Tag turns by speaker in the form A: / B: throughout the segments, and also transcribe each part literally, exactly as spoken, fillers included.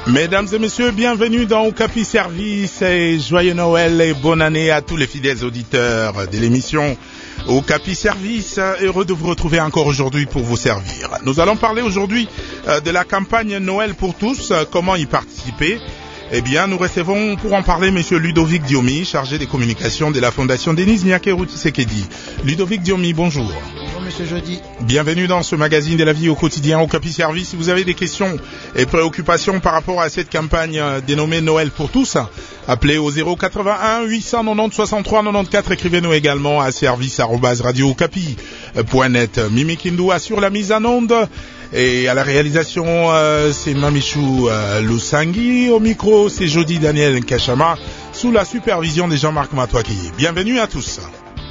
A: Mesdames et messieurs, bienvenue dans Okapi Service et joyeux Noël et bonne année à tous les fidèles auditeurs de l'émission Okapi Service. Heureux de vous retrouver encore aujourd'hui pour vous servir. Nous allons parler aujourd'hui de la campagne Noël pour tous, comment y participer. Eh bien, nous recevons pour en parler Monsieur Ludovic Diomi, chargé des communications de la Fondation Denis Nyakeru Tshisekedi. Ludovic Diomi, bonjour.
B: Bonjour Monsieur Jeudi.
A: Bienvenue dans ce magazine de la vie au quotidien Okapi Service. Si vous avez des questions et préoccupations par rapport à cette campagne dénommée Noël pour tous, appelez au zéro quatre-vingt-un huit cent quatre-vingt-dix soixante-trois quatre-vingt-quatorze. Écrivez-nous également à service arobase radio okapi point net. Mimi Kindu assure la mise en onde. Et à la réalisation, euh, c'est Mamichou euh, Lusangui. Au micro, c'est Jody Daniel Nkachama, sous la supervision de Jean-Marc Matouaki. Bienvenue à tous.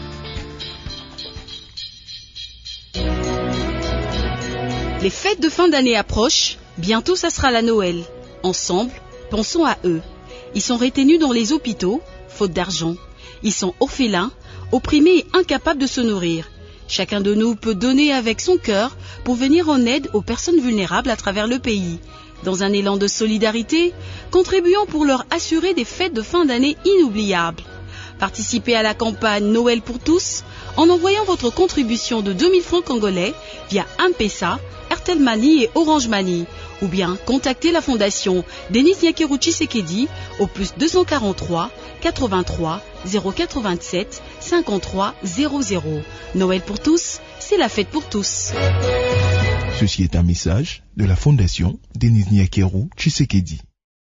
C: Les fêtes de fin d'année approchent. Bientôt, ça sera la Noël. Ensemble, pensons à eux. Ils sont retenus dans les hôpitaux, faute d'argent. Ils sont orphelins, opprimés et incapables de se nourrir. Chacun de nous peut donner avec son cœur pour venir en aide aux personnes vulnérables à travers le pays. Dans un élan de solidarité, contribuons pour leur assurer des fêtes de fin d'année inoubliables. Participez à la campagne Noël pour tous en envoyant votre contribution de deux mille francs congolais via M-Pesa, Airtel Money et Orange Money. Ou bien contactez la Fondation Denis Nyakeru Tshisekedi au plus deux cent quarante-trois quatre-vingt-trois zéro quatre-vingt-sept cinquante-trois zéro zéro. Noël pour tous, c'est la fête pour tous.
D: Ceci est un message de la Fondation Denis Nyakeru Tshisekedi.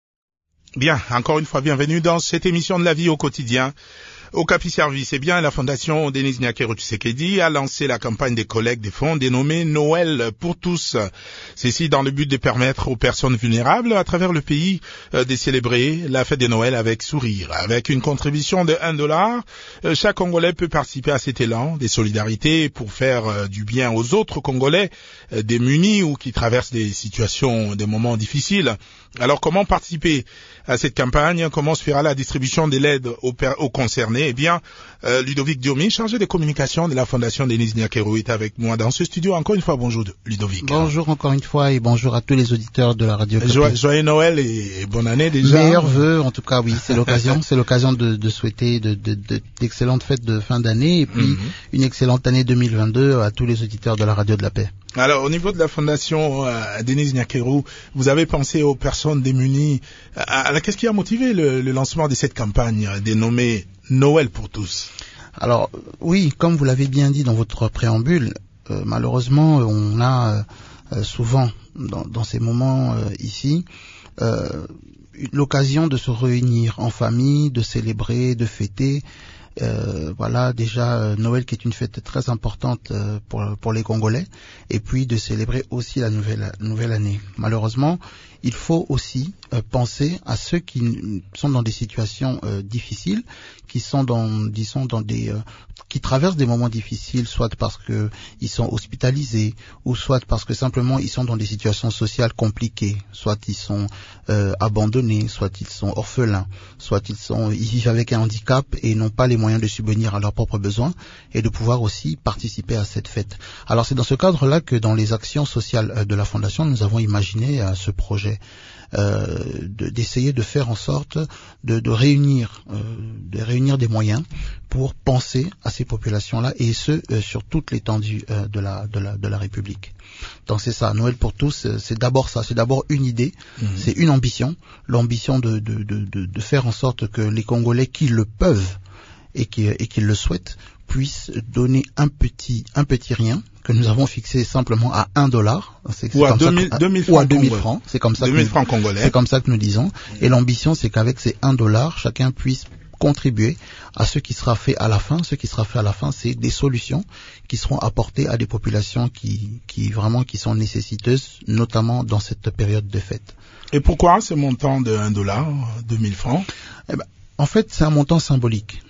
A: Bien, encore une fois, bienvenue dans cette émission de la vie au quotidien. Okapi Service, eh bien, la Fondation Denis Nyakeru Tshisekedi a lancé la campagne des collectes des fonds dénommée Noël pour tous. Ceci dans le but de permettre aux personnes vulnérables à travers le pays euh, de célébrer la fête de Noël avec sourire. Avec une contribution de un dollar, euh, chaque Congolais peut participer à cet élan des solidarités pour faire euh, du bien aux autres Congolais euh, démunis ou qui traversent des situations, des moments difficiles. Alors, comment participer à cette campagne? Comment se fera la distribution de l'aide aux, aux concernés? Eh bien, euh, Ludovic Diomi, chargé des communications de la Fondation Denis Nyakeru, est avec moi dans ce studio. Encore une fois, bonjour Ludovic.
B: Bonjour encore une fois et bonjour à tous les auditeurs de la radio.
A: Jo- joyeux Noël et, et bonne année déjà.
B: Meilleurs vœux, en tout cas, oui, c'est l'occasion, c'est l'occasion de, de souhaiter de, de, de, d'excellentes fêtes de fin d'année et puis mm-hmm. une excellente année deux mille vingt-deux à tous les auditeurs de la radio de la paix.
A: Alors, au niveau de la Fondation euh, Denis Nyakeru, vous avez pensé aux personnes démunies. Alors, qu'est-ce qui a motivé le, le lancement de cette campagne dénommée Noël pour tous?
B: Alors, oui, comme vous l'avez bien dit dans votre préambule, euh, malheureusement, on a euh, souvent, dans, dans ces moments euh, ici, euh, l'occasion de se réunir en famille, de célébrer, de fêter. Euh, voilà déjà euh, Noël qui est une fête très importante euh, pour pour les Congolais et puis de célébrer aussi la nouvelle nouvelle année. Malheureusement, il faut aussi euh, penser à ceux qui n- sont dans des situations euh, difficiles, qui sont dans disons dans des euh, qui traversent des moments difficiles, soit parce que ils sont hospitalisés ou soit parce que simplement ils sont dans des situations sociales compliquées, soit ils sont euh, abandonnés, soit ils sont orphelins, soit ils sont ils vivent avec un handicap et n'ont pas les moyens de subvenir à leurs propres besoins et de pouvoir aussi participer à cette fête. Alors c'est dans ce cadre-là que dans les actions sociales de la Fondation, nous avons imaginé euh, ce projet euh, de, d'essayer de faire en sorte de, de réunir euh, de réunir des moyens pour penser à ces populations-là et ce euh, sur toute l'étendue euh, de la de la de la République. Donc c'est ça, Noël pour tous, c'est d'abord ça, c'est d'abord une idée, mmh. c'est une ambition, l'ambition de, de de de de faire en sorte que les Congolais qui le peuvent et qui et qui le souhaitent puissent donner un petit un petit rien que nous avons fixé simplement à un dollar, c'est, c'est
A: ou, à
B: comme
A: deux
B: ça
A: mille,
B: que,
A: deux mille
B: ou à deux mille
A: francs,
B: francs, c'est comme ça
A: deux mille francs congolais.
B: C'est comme ça que nous disons. Et l'ambition, c'est qu'avec ces un dollar, chacun puisse contribuer à ce qui sera fait à la fin. Ce qui sera fait à la fin, c'est des solutions qui seront apportées à des populations qui, qui vraiment qui sont nécessiteuses, notamment dans cette période de fête.
A: Et pourquoi ce montant de un dollar, deux mille francs?
B: Eh ben, en fait, c'est un montant symbolique.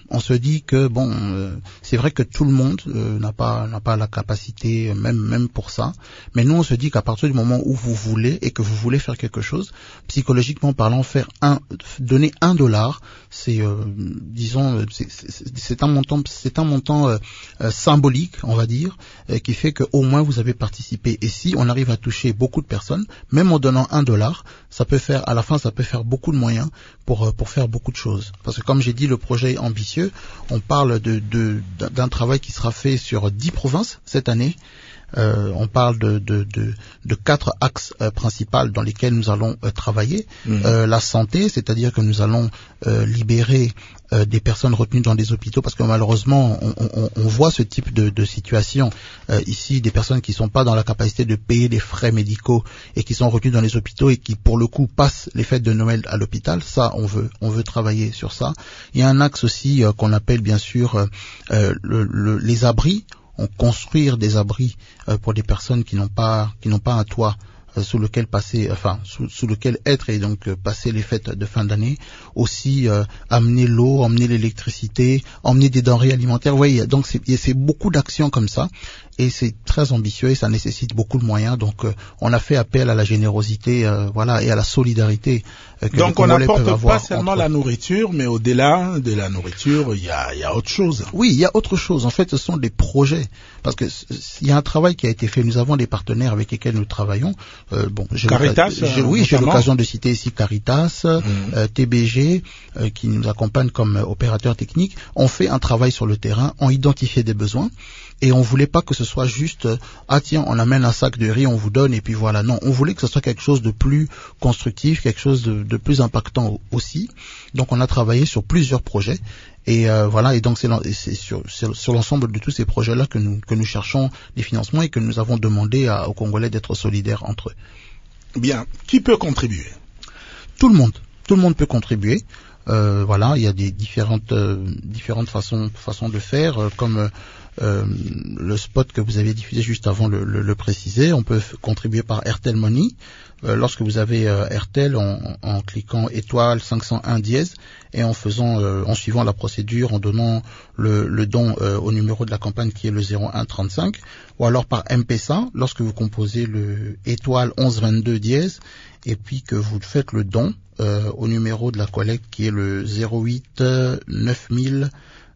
B: On se dit que bon, euh, c'est vrai que tout le monde euh, n'a pas n'a pas la capacité, même même pour ça. Mais nous, on se dit qu'à partir du moment où vous voulez et que vous voulez faire quelque chose, psychologiquement parlant, faire un, donner un dollar, c'est euh, disons, c'est, c'est, c'est un montant, c'est un montant euh, euh, symbolique, on va dire, euh, qui fait que au moins vous avez participé. Et si on arrive à toucher beaucoup de personnes, même en donnant un dollar, ça peut faire, à la fin, ça peut faire beaucoup de moyens pour pour faire beaucoup de choses. Parce que comme j'ai dit, le projet est ambitieux. On parle de, de, d'un travail qui sera fait sur dix provinces cette année. Euh, on parle de, de, de, de quatre axes euh, principaux dans lesquels nous allons euh, travailler. Mmh. Euh, la santé, c'est-à-dire que nous allons euh, libérer euh, des personnes retenues dans des hôpitaux, parce que malheureusement, on, on, on voit ce type de, de situation euh, ici, des personnes qui sont pas dans la capacité de payer des frais médicaux et qui sont retenues dans les hôpitaux et qui, pour le coup, passent les fêtes de Noël à l'hôpital. Ça, on veut, on veut travailler sur ça. Il y a un axe aussi euh, qu'on appelle bien sûr euh, le, le, les abris. On construire des abris euh, pour des personnes qui n'ont pas qui n'ont pas un toit euh, sous lequel passer, enfin sous, sous lequel être et donc euh, passer les fêtes de fin d'année. Aussi euh, amener l'eau, emmener l'électricité, emmener des denrées alimentaires. Vous voyez, donc c'est, c'est beaucoup d'actions comme ça. Et c'est très ambitieux et ça nécessite beaucoup de moyens. Donc, euh, on a fait appel à la générosité, euh, voilà, et à la solidarité. Euh, que
A: Donc, on n'apporte pas seulement entre... la nourriture, mais au-delà de la nourriture, il y a, il y a autre chose.
B: Oui, il y a autre chose. En fait, ce sont des projets, parce que il y a un travail qui a été fait. Nous avons des partenaires avec lesquels nous travaillons. Euh, bon, j'ai
A: Caritas.
B: J'ai, oui, j'ai l'occasion de citer ici Caritas, mmh. euh, T B G, euh, qui nous accompagne comme euh, opérateur technique. On fait un travail sur le terrain, on identifie des besoins. Et on voulait pas que ce soit juste euh, ah tiens, on amène un sac de riz, on vous donne et puis voilà. Non, on voulait que ce soit quelque chose de plus constructif, quelque chose de, de plus impactant aussi. Donc on a travaillé sur plusieurs projets et euh, voilà. Et donc c'est, c'est sur, c'est sur l'ensemble de tous ces projets-là que nous que nous cherchons des financements et que nous avons demandé à, aux Congolais d'être solidaires entre eux.
A: Bien, qui peut contribuer?
B: Tout le monde. Tout le monde peut contribuer. Euh, voilà, il y a des différentes euh, différentes façons façons de faire, euh, comme euh, euh, le spot que vous avez diffusé juste avant le, le, le préciser. On peut f- contribuer par Airtel Money. Euh, lorsque vous avez euh, Airtel, en, en cliquant étoile cinq cent un dièse et en faisant, euh, en suivant la procédure, en donnant le, le don euh, au numéro de la campagne qui est le zéro un trente-cinq, ou alors par M-Pesa, lorsque vous composez le étoile onze vingt-deux dièse et puis que vous faites le don euh, au numéro de la collecte qui est le zéro huit neuf mille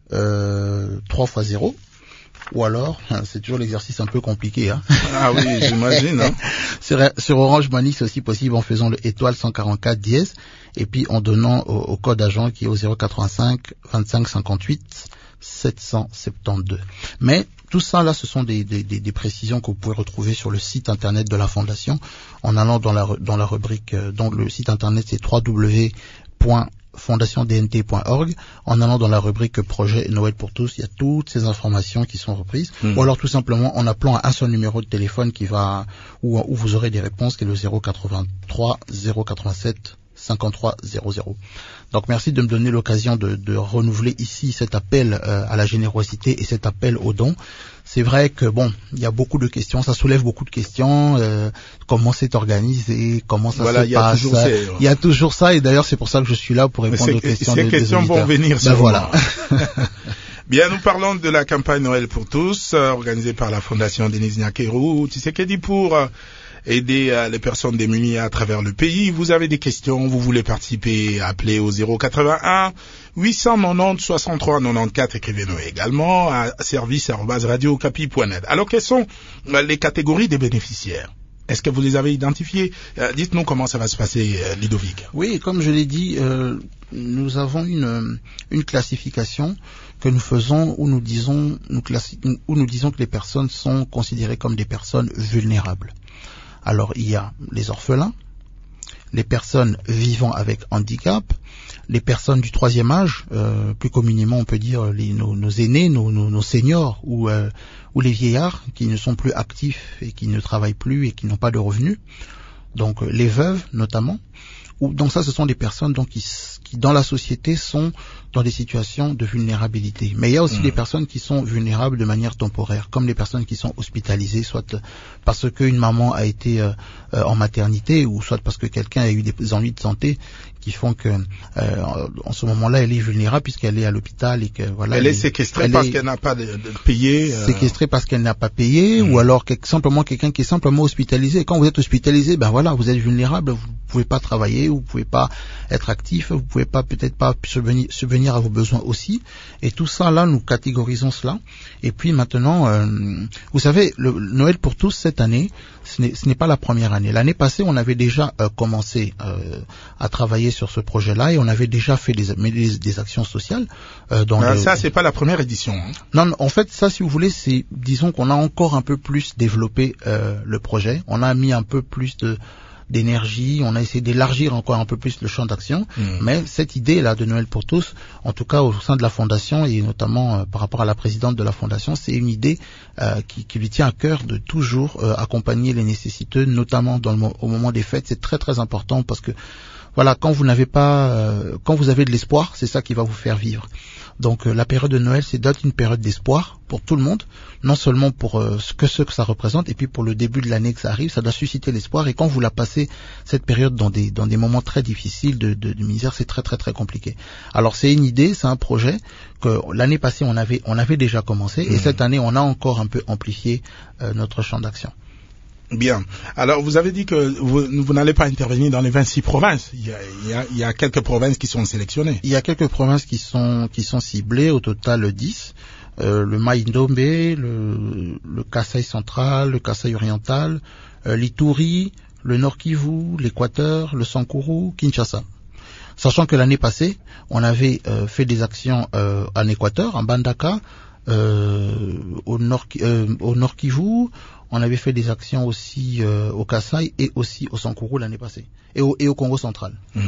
B: euh, trois fois zéro. Ou alors, c'est toujours l'exercice un peu compliqué. Hein.
A: Ah oui, j'imagine. Hein.
B: sur, sur Orange Money, c'est aussi possible en faisant le étoile cent quarante-quatre dièse et puis en donnant au, au code agent qui est au zéro quatre-vingt-cinq vingt-cinq cinquante-huit sept cent soixante-douze. Mais tout ça, là, ce sont des, des, des, des précisions que vous pouvez retrouver sur le site internet de la Fondation en allant dans la, dans la rubrique, dans le site internet, c'est w w w point fondation d n t point org. En allant dans la rubrique projet Noël pour tous, il y a toutes ces informations qui sont reprises. Mmh. Ou alors tout simplement en appelant à un seul numéro de téléphone qui va, où, où vous aurez des réponses, qui est le zéro quatre-vingt-trois zéro quatre-vingt-sept cinquante-trois zéro zéro. Donc merci de me donner l'occasion de, de renouveler ici cet appel euh, à la générosité et cet appel aux dons. C'est vrai que bon, il y a beaucoup de questions, ça soulève beaucoup de questions. Euh, comment c'est organisé, comment ça
A: voilà,
B: se
A: y a
B: passe.
A: Toujours ces...
B: Il y a toujours ça et d'ailleurs c'est pour ça que je suis là pour répondre aux questions.
A: Ces
B: de,
A: questions
B: des
A: vont venir.
B: Ben voilà.
A: Bien, nous parlons de la campagne Noël pour tous, euh, organisée par la Fondation Denis Nyakeru Tshisekedi pour euh, aider euh, les personnes démunies à travers le pays. Vous avez des questions, vous voulez participer, appelez au zéro quatre-vingt-un huit cent quatre-vingt-dix soixante-trois quatre-vingt-quatorze, écrivez-nous également à service arobase radio okapi point net. Alors, quelles sont euh, les catégories des bénéficiaires? Est-ce que vous les avez identifiés? euh, Dites-nous comment ça va se passer, euh, Ludovic.
B: Oui, comme je l'ai dit, euh, nous avons une, une classification que nous faisons où nous disons, nous classi- où nous disons que les personnes sont considérées comme des personnes vulnérables. Alors, il y a les orphelins, les personnes vivant avec handicap, les personnes du troisième âge, euh, plus communément on peut dire les, nos, nos aînés, nos, nos, nos seniors ou, euh, ou les vieillards qui ne sont plus actifs et qui ne travaillent plus et qui n'ont pas de revenus. Donc les veuves notamment. Ou, donc ça, ce sont des personnes donc qui, qui dans la société sont dans des situations de vulnérabilité. Mais il y a aussi mmh. des personnes qui sont vulnérables de manière temporaire, comme les personnes qui sont hospitalisées, soit parce qu'une maman a été euh, en maternité, ou soit parce que quelqu'un a eu des ennuis de santé qui font que euh, en ce moment-là, elle est vulnérable puisqu'elle est à l'hôpital et que voilà.
A: Elle, elle est séquestrée elle parce est qu'elle n'a pas de, de payé. Euh...
B: Séquestrée parce qu'elle n'a pas payé, mmh. ou alors que, simplement quelqu'un qui est simplement hospitalisé. Quand vous êtes hospitalisé, ben voilà, vous êtes vulnérable, vous pouvez pas travailler, vous pouvez pas être actif, vous pouvez pas peut-être pas subvenir, subvenir à vos besoins aussi. Et tout ça là, nous catégorisons cela. Et puis maintenant, euh, vous savez, le Noël pour tous cette année, ce n'est, ce n'est pas la première année. L'année passée, on avait déjà euh, commencé euh, à travailler sur ce projet-là et on avait déjà fait des, des, des actions sociales. Euh, dans
A: ben,
B: le...
A: Ça, c'est pas la première édition. Hein.
B: Non, en fait, ça, si vous voulez, c'est, disons qu'on a encore un peu plus développé euh, le projet. On a mis un peu plus de d'énergie, on a essayé d'élargir encore un peu plus le champ d'action, mmh. mais cette idée-là de Noël pour tous, en tout cas au sein de la Fondation et notamment euh, par rapport à la présidente de la Fondation, c'est une idée euh, qui, qui lui tient à cœur de toujours euh, accompagner les nécessiteux, notamment dans le, au moment des fêtes. C'est très très important parce que voilà, quand vous n'avez pas, euh, quand vous avez de l'espoir, c'est ça qui va vous faire vivre. Donc euh, la période de Noël, c'est d'être une période d'espoir pour tout le monde, non seulement pour euh, ce que ce que ça représente, et puis pour le début de l'année que ça arrive, ça doit susciter l'espoir. Et quand vous la passez cette période dans des dans des moments très difficiles de, de, de misère, c'est très très très compliqué. Alors c'est une idée, c'est un projet que l'année passée on avait on avait déjà commencé, mmh. et cette année on a encore un peu amplifié euh, notre champ d'action.
A: Bien. Alors, vous avez dit que vous, vous n'allez pas intervenir dans les vingt-six provinces. Il y, a, il, y a, il y a quelques provinces qui sont sélectionnées.
B: Il y a quelques provinces qui sont qui sont ciblées, au total dix. Euh, le Mai-Ndombe, le, le Kasaï central, le Kasaï oriental, euh, l'Ituri, le Nord Kivu, l'Équateur, le Sankuru, Kinshasa. Sachant que l'année passée, on avait euh, fait des actions euh, en Équateur, en Bandaka, euh, au Nord euh, au Nord Kivu. On avait fait des actions aussi euh, au Kasaï et aussi au Sankuru l'année passée et au, et au Congo central. Mmh.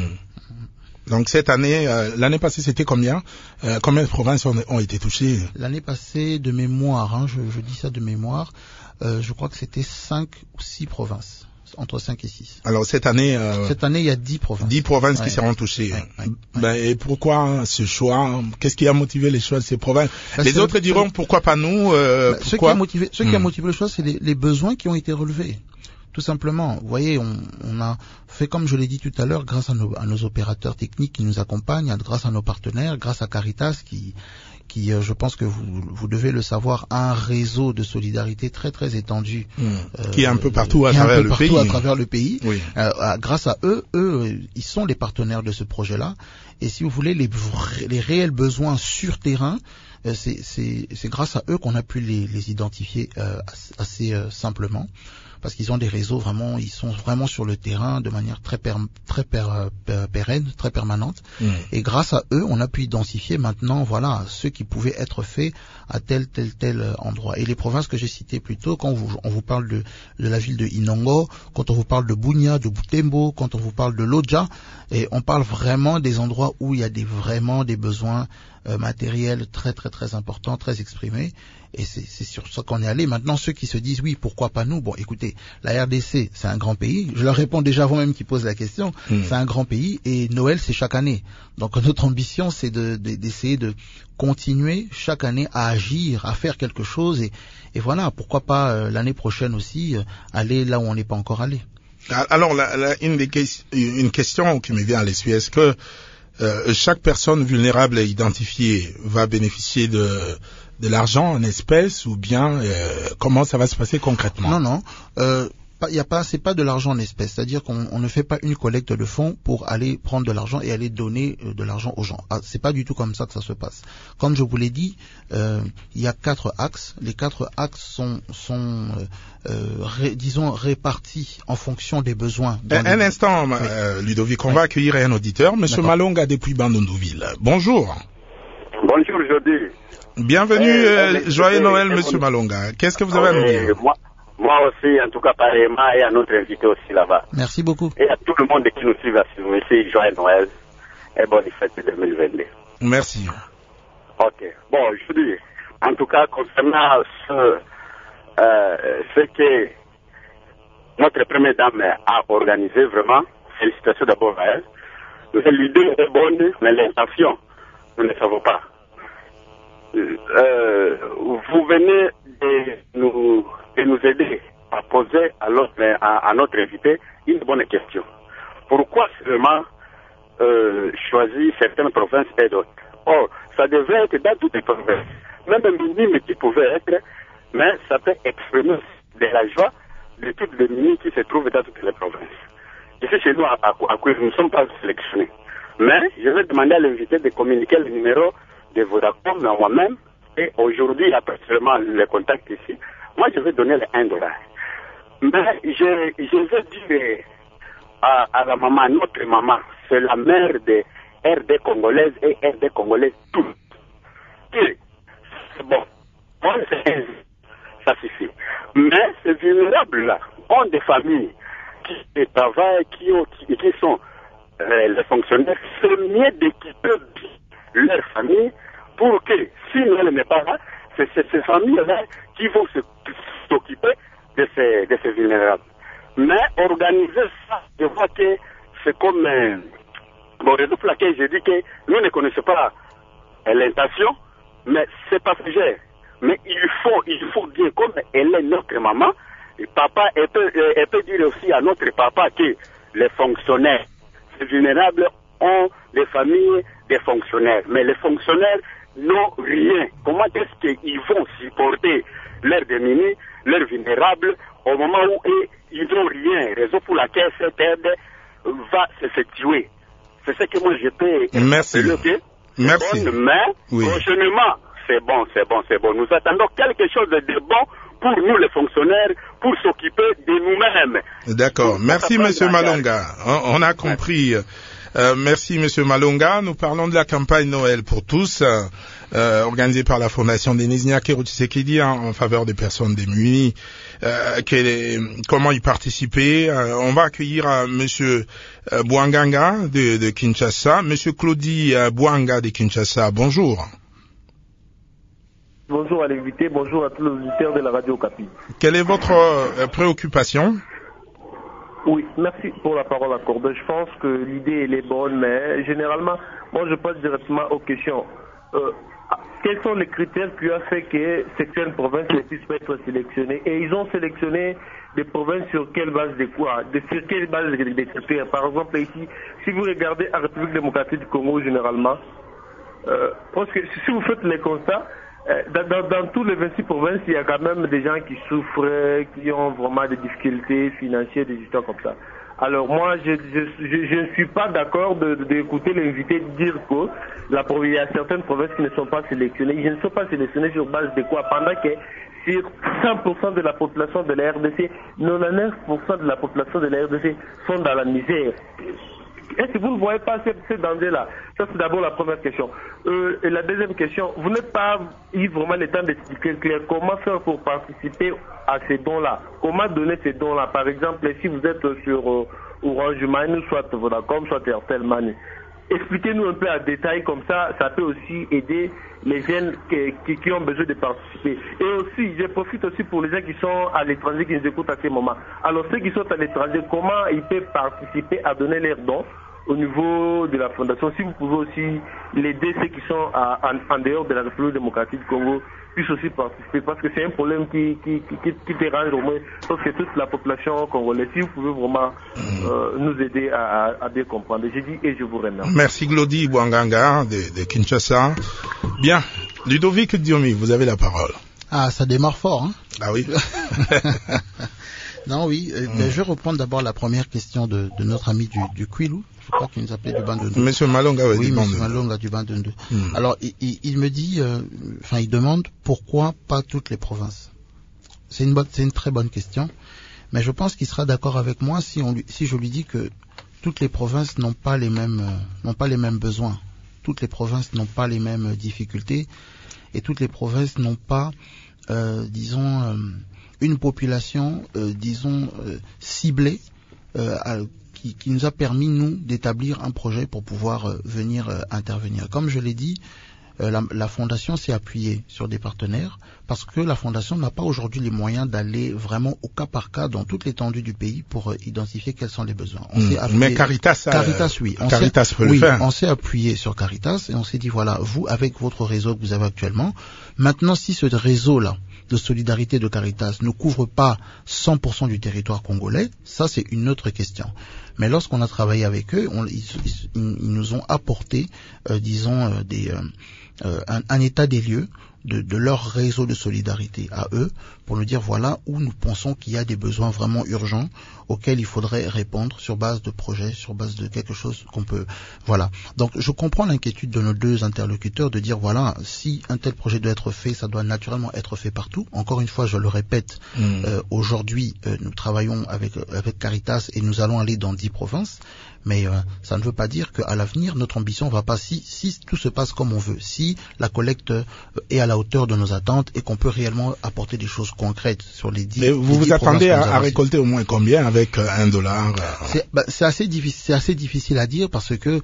A: Donc cette année, euh, l'année passée c'était combien euh, Combien de provinces ont, ont été touchées?
B: L'année passée, de mémoire, hein, je, je dis ça de mémoire, euh, je crois que c'était cinq ou six provinces. Entre cinq et six.
A: Alors cette année, euh,
B: cette année il y a dix provinces.
A: dix provinces
B: ouais.
A: qui seront touchées.
B: Ouais, ouais, ouais.
A: Ben, et pourquoi ce choix? Qu'est-ce qui a motivé les choix de ces provinces? ben, Les autres diront pourquoi pas nous euh,
B: ben,
A: pourquoi...
B: Ce qui a motivé, ce hmm. qui a motivé le choix, c'est les, les besoins qui ont été relevés. Tout simplement, vous voyez, on, on a fait, comme je l'ai dit tout à l'heure, grâce à nos, à nos opérateurs techniques qui nous accompagnent, grâce à nos partenaires, grâce à Caritas qui, qui, euh, je pense que vous, vous devez le savoir, a un réseau de solidarité très très étendu,
A: mmh.
B: euh,
A: qui est un peu partout à
B: qui
A: travers
B: un peu
A: le
B: partout
A: pays.
B: à travers le pays.
A: Oui.
B: Euh, grâce à eux, eux, ils sont les partenaires de ce projet-là. Et si vous voulez, les, les réels besoins sur terrain, euh, c'est, c'est, c'est grâce à eux qu'on a pu les, les identifier euh, assez euh, simplement. Parce qu'ils ont des réseaux vraiment, ils sont vraiment sur le terrain de manière très per, très per, per, pérenne, très permanente. Mmh. Et grâce à eux, on a pu identifier maintenant, voilà, ceux qui pouvaient être faits à tel tel tel endroit. Et les provinces que j'ai citées plus tôt, quand vous, on vous parle de, de la ville de Inongo, quand on vous parle de Bunia, de Butembo, quand on vous parle de Lodja, et on parle vraiment des endroits où il y a des vraiment des besoins euh, matériels très très très importants, très exprimés. Et c'est, c'est sur ça qu'on est allé. Maintenant, ceux qui se disent oui, pourquoi pas nous? Bon, écoutez, la R D C, c'est un grand pays. Je leur réponds déjà avant même qu'ils posent la question. Mmh. C'est un grand pays et Noël, c'est chaque année. Donc notre ambition, c'est de, de, d'essayer de continuer chaque année à agir, à faire quelque chose. Et, et voilà, pourquoi pas euh, l'année prochaine aussi euh, aller là où on n'est pas encore allé.
A: Alors, la, la, une, des que- une question qui me vient à l'esprit, est-ce que euh, chaque personne vulnérable et identifiée va bénéficier de de l'argent en espèces ou bien euh, comment ça va se passer concrètement?
B: Non, non. Euh, il y a pas, c'est pas de l'argent en espèces. C'est-à-dire qu'on on ne fait pas une collecte de fonds pour aller prendre de l'argent et aller donner euh, de l'argent aux gens. Ah, c'est pas du tout comme ça que ça se passe. Comme je vous l'ai dit, euh, il y a quatre axes. Les quatre axes sont, sont euh, ré, disons, répartis en fonction des besoins.
A: Un,
B: les...
A: un instant, oui. euh, Ludovic, on oui. va accueillir un auditeur, Monsieur D'accord. Malonga depuis Bandundouville. Bonjour.
E: Bonjour, Jody.
A: Bienvenue, euh, euh, joyeux Noël, Monsieur Malonga. Qu'est-ce que vous avez à nous dire?
E: Moi, moi aussi, en tout cas, pareillement, et à notre invité aussi là-bas.
B: Merci beaucoup.
E: Et à tout le monde qui nous suit aussi, joyeux Noël et bonne fête de deux mille vingt-deux.
A: Merci.
E: Ok. Bon, je dis, en tout cas, concernant ce, euh, ce que notre première dame a organisé, vraiment, félicitations d'abord à elle. L'idée est bonne, mais l'intention, nous ne savons pas. Euh, vous venez de nous, de nous aider à poser à, l'autre, à, à notre invité une bonne question. Pourquoi seulement euh, choisi certaines provinces et d'autres. Or, ça devrait être dans toutes les provinces. Même un minime qui pouvait être, mais ça peut exprimer de la joie de toutes les minimes qui se trouvent dans toutes les provinces. Ici, chez nous, à, à, à Kouy, nous ne sommes pas sélectionnés. Mais je vais demander à l'invité de communiquer le numéro de Vodacom à moi-même. Et aujourd'hui, après seulement le contact ici, moi, je vais donner le un dollar. Mais je, je veux dire à, à la maman, notre maman, c'est la mère de R D congolaise et R D congolaise tout. Et c'est bon. Moi, c'est, ça suffit. Mais ces vulnérables-là ont des familles qui travaillent, qui, ont, qui, qui sont euh, les fonctionnaires. C'est mieux d'équiper leur famille pour que, si elle n'est pas là, c'est, c'est ces familles-là qui vont se, s'occuper de ces, de ces vulnérables. Mais organiser ça, je vois que c'est comme... Euh, bon, raison pour laquelle j'ai dit que nous ne connaissons pas euh, l'intention, mais c'est passager. Mais il faut, il faut dire, comme elle est notre maman, et papa, elle peut, elle peut dire aussi à notre papa que les fonctionnaires, les vulnérables, ont des familles des fonctionnaires. Mais les fonctionnaires n'ont rien. Comment est-ce qu'ils vont supporter leurs démunis, leurs vulnérables, au moment où ils n'ont rien, raison pour laquelle cette aide va se tuer. C'est ce que moi je peux...
A: Merci.
E: Okay?
A: Merci.
E: Bon, mais,
A: oui.
E: prochainement, c'est bon, c'est bon, c'est bon. Nous attendons quelque chose de, de bon pour nous les fonctionnaires, pour s'occuper de nous-mêmes.
A: D'accord. Merci, Monsieur Malonga. On, on a compris. Euh, merci, Monsieur Malonga. Nous parlons de la campagne Noël pour tous, euh, organisée par la Fondation Denis Nyakeru Tshisekedi en, en faveur des personnes démunies. Euh, est, comment y participer? euh, On va accueillir euh, Monsieur euh, Bouanganga de, de Kinshasa, Monsieur Claudie euh, Bouanga de Kinshasa. Bonjour.
F: Bonjour à l'invité, bonjour à tous les auditeurs de la radio Okapi.
A: Quelle est votre euh, préoccupation?
F: Oui, merci pour la parole accordée. Je pense que l'idée elle est bonne, mais généralement, moi je passe directement aux questions. Euh, quels sont les critères qui ont fait que certaines provinces ne puissent pas être sélectionnées? Et ils ont sélectionné des provinces sur quelle base de quoi? de, Sur quelle base des critères? Par exemple, ici, si vous regardez la République démocratique du Congo, généralement, euh, parce que si vous faites les constats, Dans, dans, dans tous les vingt-six provinces, il y a quand même des gens qui souffrent, qui ont vraiment des difficultés financières, des histoires comme ça. Alors moi, je, je, je, je ne suis pas d'accord d'écouter de, de, l'invité dire que la, il y a certaines provinces qui ne sont pas sélectionnées. Ils ne sont pas sélectionnés sur base de quoi? Pendant que sur cent pour cent de la population de la R D C, quatre-vingt-dix-neuf pour cent de la population de la R D C sont dans la misère. Est-ce que vous ne voyez pas ce danger-là? Ça, c'est d'abord la première question. Euh, et la deuxième question, vous n'êtes pas eu vraiment le temps d'expliquer clair comment faire pour participer à ces dons-là? Comment donner ces dons-là? Par exemple, si vous êtes sur euh, Orange Money, soit Vodacom, soit Airtel Money. Expliquez-nous un peu à détail, comme ça, ça peut aussi aider les jeunes qui, qui, qui ont besoin de participer. Et aussi, je profite aussi pour les gens qui sont à l'étranger, qui nous écoutent à ce moment. Alors, ceux qui sont à l'étranger, comment ils peuvent participer à donner leurs dons au niveau de la fondation? Si vous pouvez aussi l'aider, ceux qui sont à, en, en dehors de la République démocratique du Congo puissent aussi participer, parce que c'est un problème qui, qui, qui, qui dérange au moins, parce que toute la population congolaise. Si vous pouvez vraiment euh, nous aider à, à, à bien comprendre. Je dis et je vous remercie.
A: Merci Glody Bouanganga de, de Kinshasa. Bien, Ludovic Diomi, vous avez la parole.
B: Ah, ça démarre fort, hein?
A: Ah oui.
B: Non, oui. Euh, mm. ben, je vais reprendre d'abord la première question de, de notre ami du, du Kwilu. Je crois qu'il nous appelait du Bandundu.
A: Monsieur Malonga, oui,
B: oui
A: du
B: Monsieur Malonga du Bandundu. Mm. Alors, il, il, il me dit, enfin, euh, il demande pourquoi pas toutes les provinces. C'est une bonne, c'est une très bonne question. Mais je pense qu'il sera d'accord avec moi si on lui, si je lui dis que toutes les provinces n'ont pas les mêmes, euh, n'ont pas les mêmes besoins. Toutes les provinces n'ont pas les mêmes difficultés et toutes les provinces n'ont pas, euh, disons, euh, une population, euh, disons, euh, ciblée, euh, à, qui, qui nous a permis, nous, d'établir un projet pour pouvoir euh, venir euh, intervenir. Comme je l'ai dit, euh, la, la Fondation s'est appuyée sur des partenaires parce que la Fondation n'a pas aujourd'hui les moyens d'aller vraiment au cas par cas dans toute l'étendue du pays pour euh, identifier quels sont les besoins. On mmh. s'est appuyé,
A: Mais Caritas,
B: Caritas, oui. On
A: Caritas peut
B: oui,
A: le faire.
B: On s'est appuyé sur Caritas et on s'est dit, voilà, vous, avec votre réseau que vous avez actuellement, maintenant, si ce réseau-là de solidarité de Caritas ne couvre pas cent pour cent du territoire congolais, ça c'est une autre question. Mais lorsqu'on a travaillé avec eux, on, ils, ils, ils nous ont apporté, euh, disons, euh, des, euh, euh, un, un état des lieux de, de leur réseau de solidarité à eux, pour nous dire voilà où nous pensons qu'il y a des besoins vraiment urgents auxquels il faudrait répondre sur base de projets, sur base de quelque chose qu'on peut... Voilà. Donc je comprends l'inquiétude de nos deux interlocuteurs de dire voilà, si un tel projet doit être fait, ça doit naturellement être fait partout. Encore une fois, je le répète, mmh. euh, aujourd'hui, euh, nous travaillons avec, avec Caritas et nous allons aller dans dix provinces. Mais euh, ça ne veut pas dire qu'à l'avenir, notre ambition va pas, si, si tout se passe comme on veut, si la collecte euh, est à la hauteur de nos attentes et qu'on peut réellement apporter des choses concrètes sur les dix.
A: Mais vous vous attendez à, à récolter au moins combien avec euh, un dollar euh...
B: C'est, bah, c'est assez difficile, c'est assez difficile à dire parce que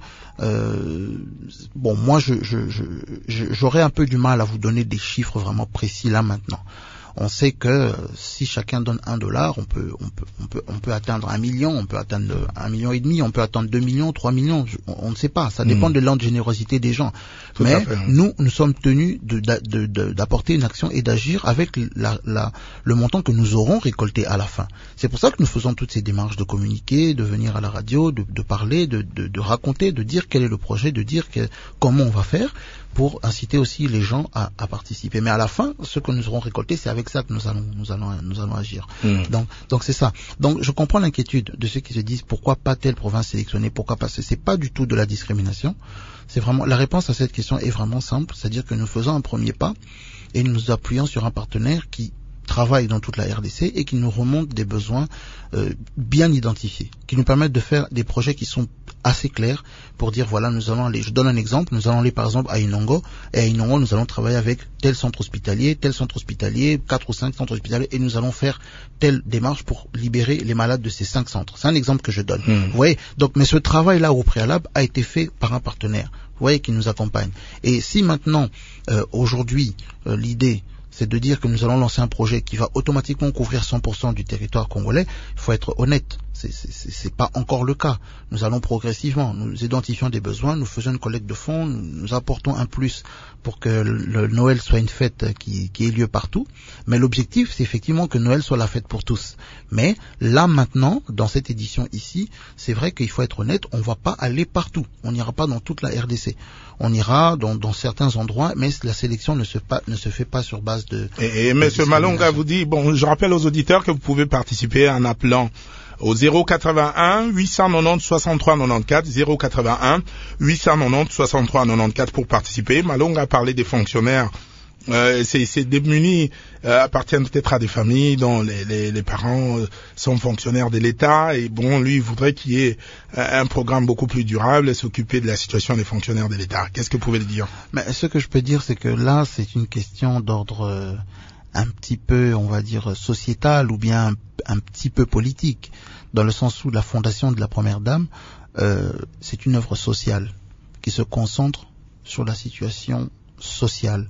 B: euh, bon, moi, je, je, je, je, j'aurais un peu du mal à vous donner des chiffres vraiment précis là maintenant. On sait que si chacun donne un dollar, on peut, on peut, on peut, on peut atteindre un million, on peut atteindre un million et demi, on peut atteindre deux millions, trois millions. On, on ne sait pas. Ça dépend mmh. de l'élan de générosité des gens. Tout Mais fait, hein. nous, nous sommes tenus de, de, de, de, d'apporter une action et d'agir avec la, la, le montant que nous aurons récolté à la fin. C'est pour ça que nous faisons toutes ces démarches de communiquer, de venir à la radio, de, de parler, de, de, de raconter, de dire quel est le projet, de dire que, comment on va faire, pour inciter aussi les gens à, à participer. Mais à la fin, ce que nous aurons récolté, c'est avec ça que nous allons, nous allons, nous allons agir. Mmh. Donc, donc c'est ça. Donc, je comprends l'inquiétude de ceux qui se disent pourquoi pas telle province sélectionnée, pourquoi pas. C'est pas du tout de la discrimination. C'est vraiment, la réponse à cette question est vraiment simple. C'est-à-dire que nous faisons un premier pas et nous nous appuyons sur un partenaire qui travaille dans toute la R D C et qui nous remonte des besoins euh, bien identifiés, qui nous permettent de faire des projets qui sont assez clairs pour dire voilà, nous allons aller, je donne un exemple, nous allons aller par exemple à Inongo, et à Inongo nous allons travailler avec tel centre hospitalier, tel centre hospitalier, quatre ou cinq centres hospitaliers, et nous allons faire telle démarche pour libérer les malades de ces cinq centres. C'est un exemple que je donne. Mmh. Vous voyez, donc, mais ce travail-là au préalable a été fait par un partenaire, vous voyez, qui nous accompagne. Et si maintenant, euh, aujourd'hui, euh, l'idée c'est de dire que nous allons lancer un projet qui va automatiquement couvrir cent pour cent du territoire congolais, il faut être honnête. C'est, c'est, c'est pas encore le cas. Nous allons progressivement, nous identifions des besoins, nous faisons une collecte de fonds, nous apportons un plus pour que le Noël soit une fête qui, qui ait lieu partout. Mais l'objectif, c'est effectivement que Noël soit la fête pour tous. Mais là maintenant, dans cette édition ici, c'est vrai qu'il faut être honnête, on va pas aller partout. On n'ira pas dans toute la R D C. On ira dans, dans certains endroits, mais la sélection ne se, pas, ne se fait pas sur base de...
A: Et, et M. Malonga vous dit, bon, je rappelle aux auditeurs que vous pouvez participer en appelant au zéro quatre-vingt-un huit cent quatre-vingt-dix soixante-trois quatre-vingt-quatorze, zéro quatre-vingt-un huit cent quatre-vingt-dix soixante-trois quatre-vingt-quatorze pour participer. Malonga a parlé des fonctionnaires. Euh, ces, ces démunis euh, appartiennent peut-être à des familles dont les, les, les parents euh, sont fonctionnaires de l'État et bon, lui, il voudrait qu'il y ait un programme beaucoup plus durable et s'occuper de la situation des fonctionnaires de l'État. Qu'est-ce que vous pouvez dire?
B: Mais ce que je peux dire, c'est que là, c'est une question d'ordre euh, un petit peu, on va dire, sociétal ou bien un, un petit peu politique, dans le sens où la fondation de la Première Dame, euh, c'est une œuvre sociale qui se concentre sur la situation sociale.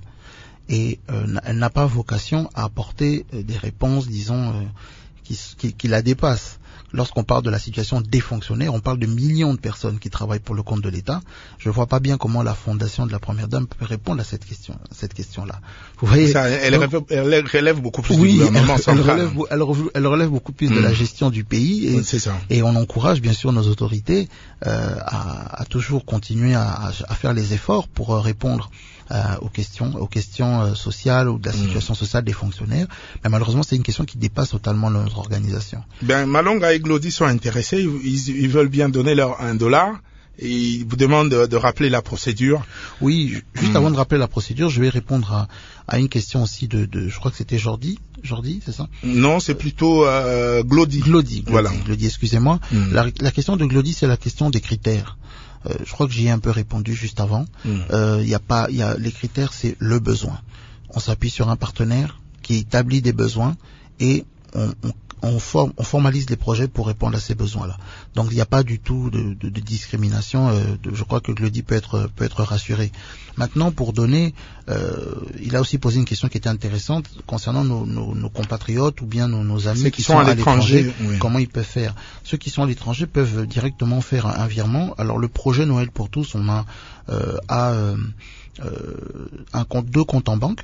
B: Et euh, elle n'a pas vocation à apporter euh, des réponses, disons, euh, qui, qui, qui la dépassent. Lorsqu'on parle de la situation des fonctionnaires, on parle de millions de personnes qui travaillent pour le compte de l'État. Je ne vois pas bien comment la fondation de la Première Dame peut répondre à cette question, à cette question-là. Vous voyez,
A: ça, elle, donc, relève, elle relève beaucoup plus
B: oui,
A: du gouvernement
B: elle,
A: central.
B: Elle relève, elle, relève, elle relève beaucoup plus mmh. de la gestion du pays. Et,
A: oui, c'est ça.
B: Et on encourage bien sûr nos autorités euh, à, à toujours continuer à, à faire les efforts pour euh, répondre Euh, aux questions, aux questions euh, sociales ou de la situation mmh. sociale des fonctionnaires. Mais malheureusement, c'est une question qui dépasse totalement notre organisation.
A: Ben, Malonga et Glody sont intéressés. Ils, ils veulent bien donner leur un dollar. Et ils vous demandent de, de rappeler la procédure.
B: Oui, juste mmh. avant de rappeler la procédure, je vais répondre à, à une question aussi de, de, je crois que c'était Jordi. Jordi, c'est ça?
A: Non, c'est plutôt euh, Glody.
B: Glody, Glody,
A: voilà.
B: Glody, excusez-moi. Mmh. La, la question de Glody, c'est la question des critères. Euh, je crois que j'y ai un peu répondu juste avant. Il mmh. euh, y a pas, il y a les critères, c'est le besoin. On s'appuie sur un partenaire qui établit des besoins et on, on, on, forme, on formalise les projets pour répondre à ces besoins-là. Donc il n'y a pas du tout de, de, de discrimination. Euh, de, je crois que Glody peut être peut être rassuré. Maintenant, pour donner, euh, il a aussi posé une question qui était intéressante concernant nos, nos, nos compatriotes ou bien nos, nos amis qui, qui sont, sont à l'étranger. l'étranger oui. Comment ils peuvent faire? Ceux qui sont à l'étranger peuvent directement faire un, un virement. Alors le projet Noël pour tous, on a, euh, a euh, euh, un compte, deux comptes en banque.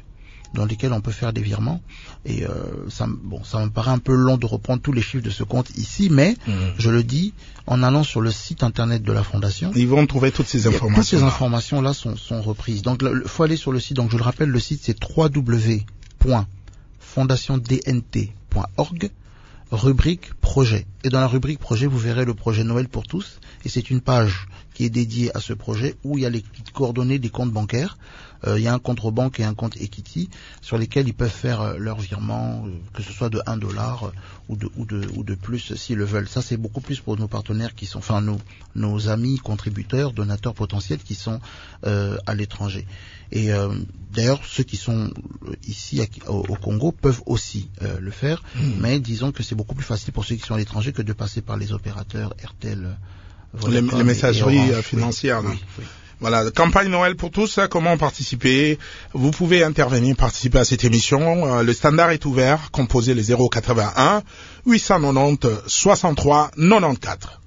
B: dans lesquels on peut faire des virements. Et euh, ça, bon, ça me paraît un peu long de reprendre tous les chiffres de ce compte ici, mais mmh. je le dis, en allant sur le site internet de la Fondation,
A: ils vont trouver toutes ces informations.
B: Toutes ces informations-là sont, sont reprises. Donc, il faut aller sur le site. Donc, je le rappelle, le site c'est w w w point fondation d n t point org. Rubrique projet. Et dans la rubrique projet, vous verrez le projet Noël pour tous. Et c'est une page qui est dédiée à ce projet où il y a les coordonnées des comptes bancaires. Euh, il y a un compte banque et un compte equity sur lesquels ils peuvent faire euh, leur virement, euh, que ce soit de un dollar euh, ou de ou de ou de plus s'ils le veulent. Ça c'est beaucoup plus pour nos partenaires qui sont, enfin nos nos amis contributeurs, donateurs potentiels qui sont euh, à l'étranger. Et euh, d'ailleurs ceux qui sont ici à, au, au Congo peuvent aussi euh, le faire, mmh. mais disons que c'est beaucoup plus facile pour ceux qui sont à l'étranger que de passer par les opérateurs Airtel,
A: Vodacom, les, les messageries et financières.
B: Oui, oui.
A: Voilà, campagne Noël pour tous, comment participer? Vous pouvez intervenir, participer à cette émission. Le standard est ouvert, composez le zéro quatre-vingt-un huit cent quatre-vingt-dix soixante-trois quatre-vingt-quatorze.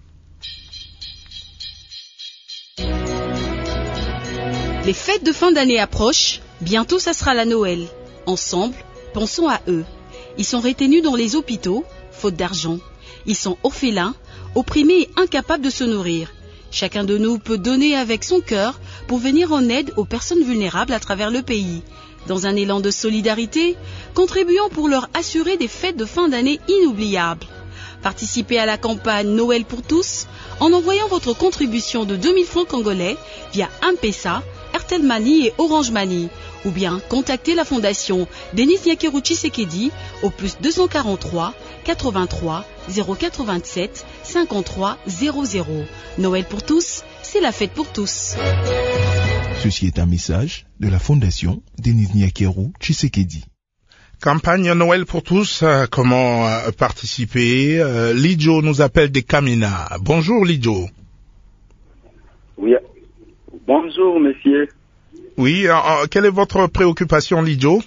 C: Les fêtes de fin d'année approchent, bientôt ça sera la Noël. Ensemble, pensons à eux. Ils sont retenus dans les hôpitaux, faute d'argent. Ils sont orphelins, opprimés et incapables de se nourrir. Chacun de nous peut donner avec son cœur pour venir en aide aux personnes vulnérables à travers le pays. Dans un élan de solidarité, contribuons pour leur assurer des fêtes de fin d'année inoubliables. Participez à la campagne Noël pour tous en envoyant votre contribution de deux mille francs congolais via M-Pesa, Airtel Money et Orange Money. Ou bien contactez la fondation Denis Nyakeru Tshisekedi au plus deux cent quarante-trois quatre-vingt-trois zéro quatre-vingt-sept cinquante-trois zéro zéro. Noël pour tous, c'est la fête pour tous.
D: Ceci est un message de la fondation Denis Nyakeru Tshisekedi.
A: Campagne Noël pour tous, euh, comment euh, participer? euh, Lidjo nous appelle des Kamina. Bonjour Lidjo.
E: Oui, bonjour monsieur.
A: Oui, euh, euh, quelle est votre préoccupation, Lidjo?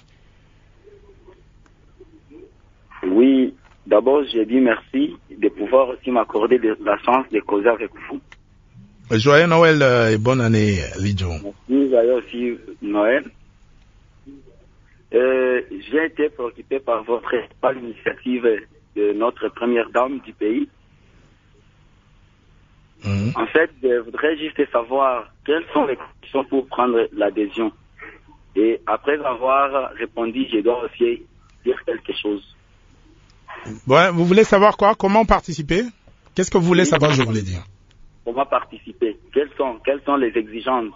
E: Oui, d'abord, j'ai dit merci de pouvoir aussi m'accorder de, la chance de causer avec vous.
A: Joyeux Noël euh, et bonne année, Lidjo.
E: Merci, joyeux aussi Noël. Euh, j'ai été préoccupé par votre par l'initiative de notre première dame du pays. Mmh. En fait, je voudrais juste savoir quelles sont les conditions pour prendre l'adhésion. Et après avoir répondu, je dois aussi dire quelque chose.
A: Ouais, vous voulez savoir quoi? Comment participer? Qu'est-ce que vous voulez oui, savoir, je voulais dire?
E: Comment participer? Quelles sont, quelles sont les exigences?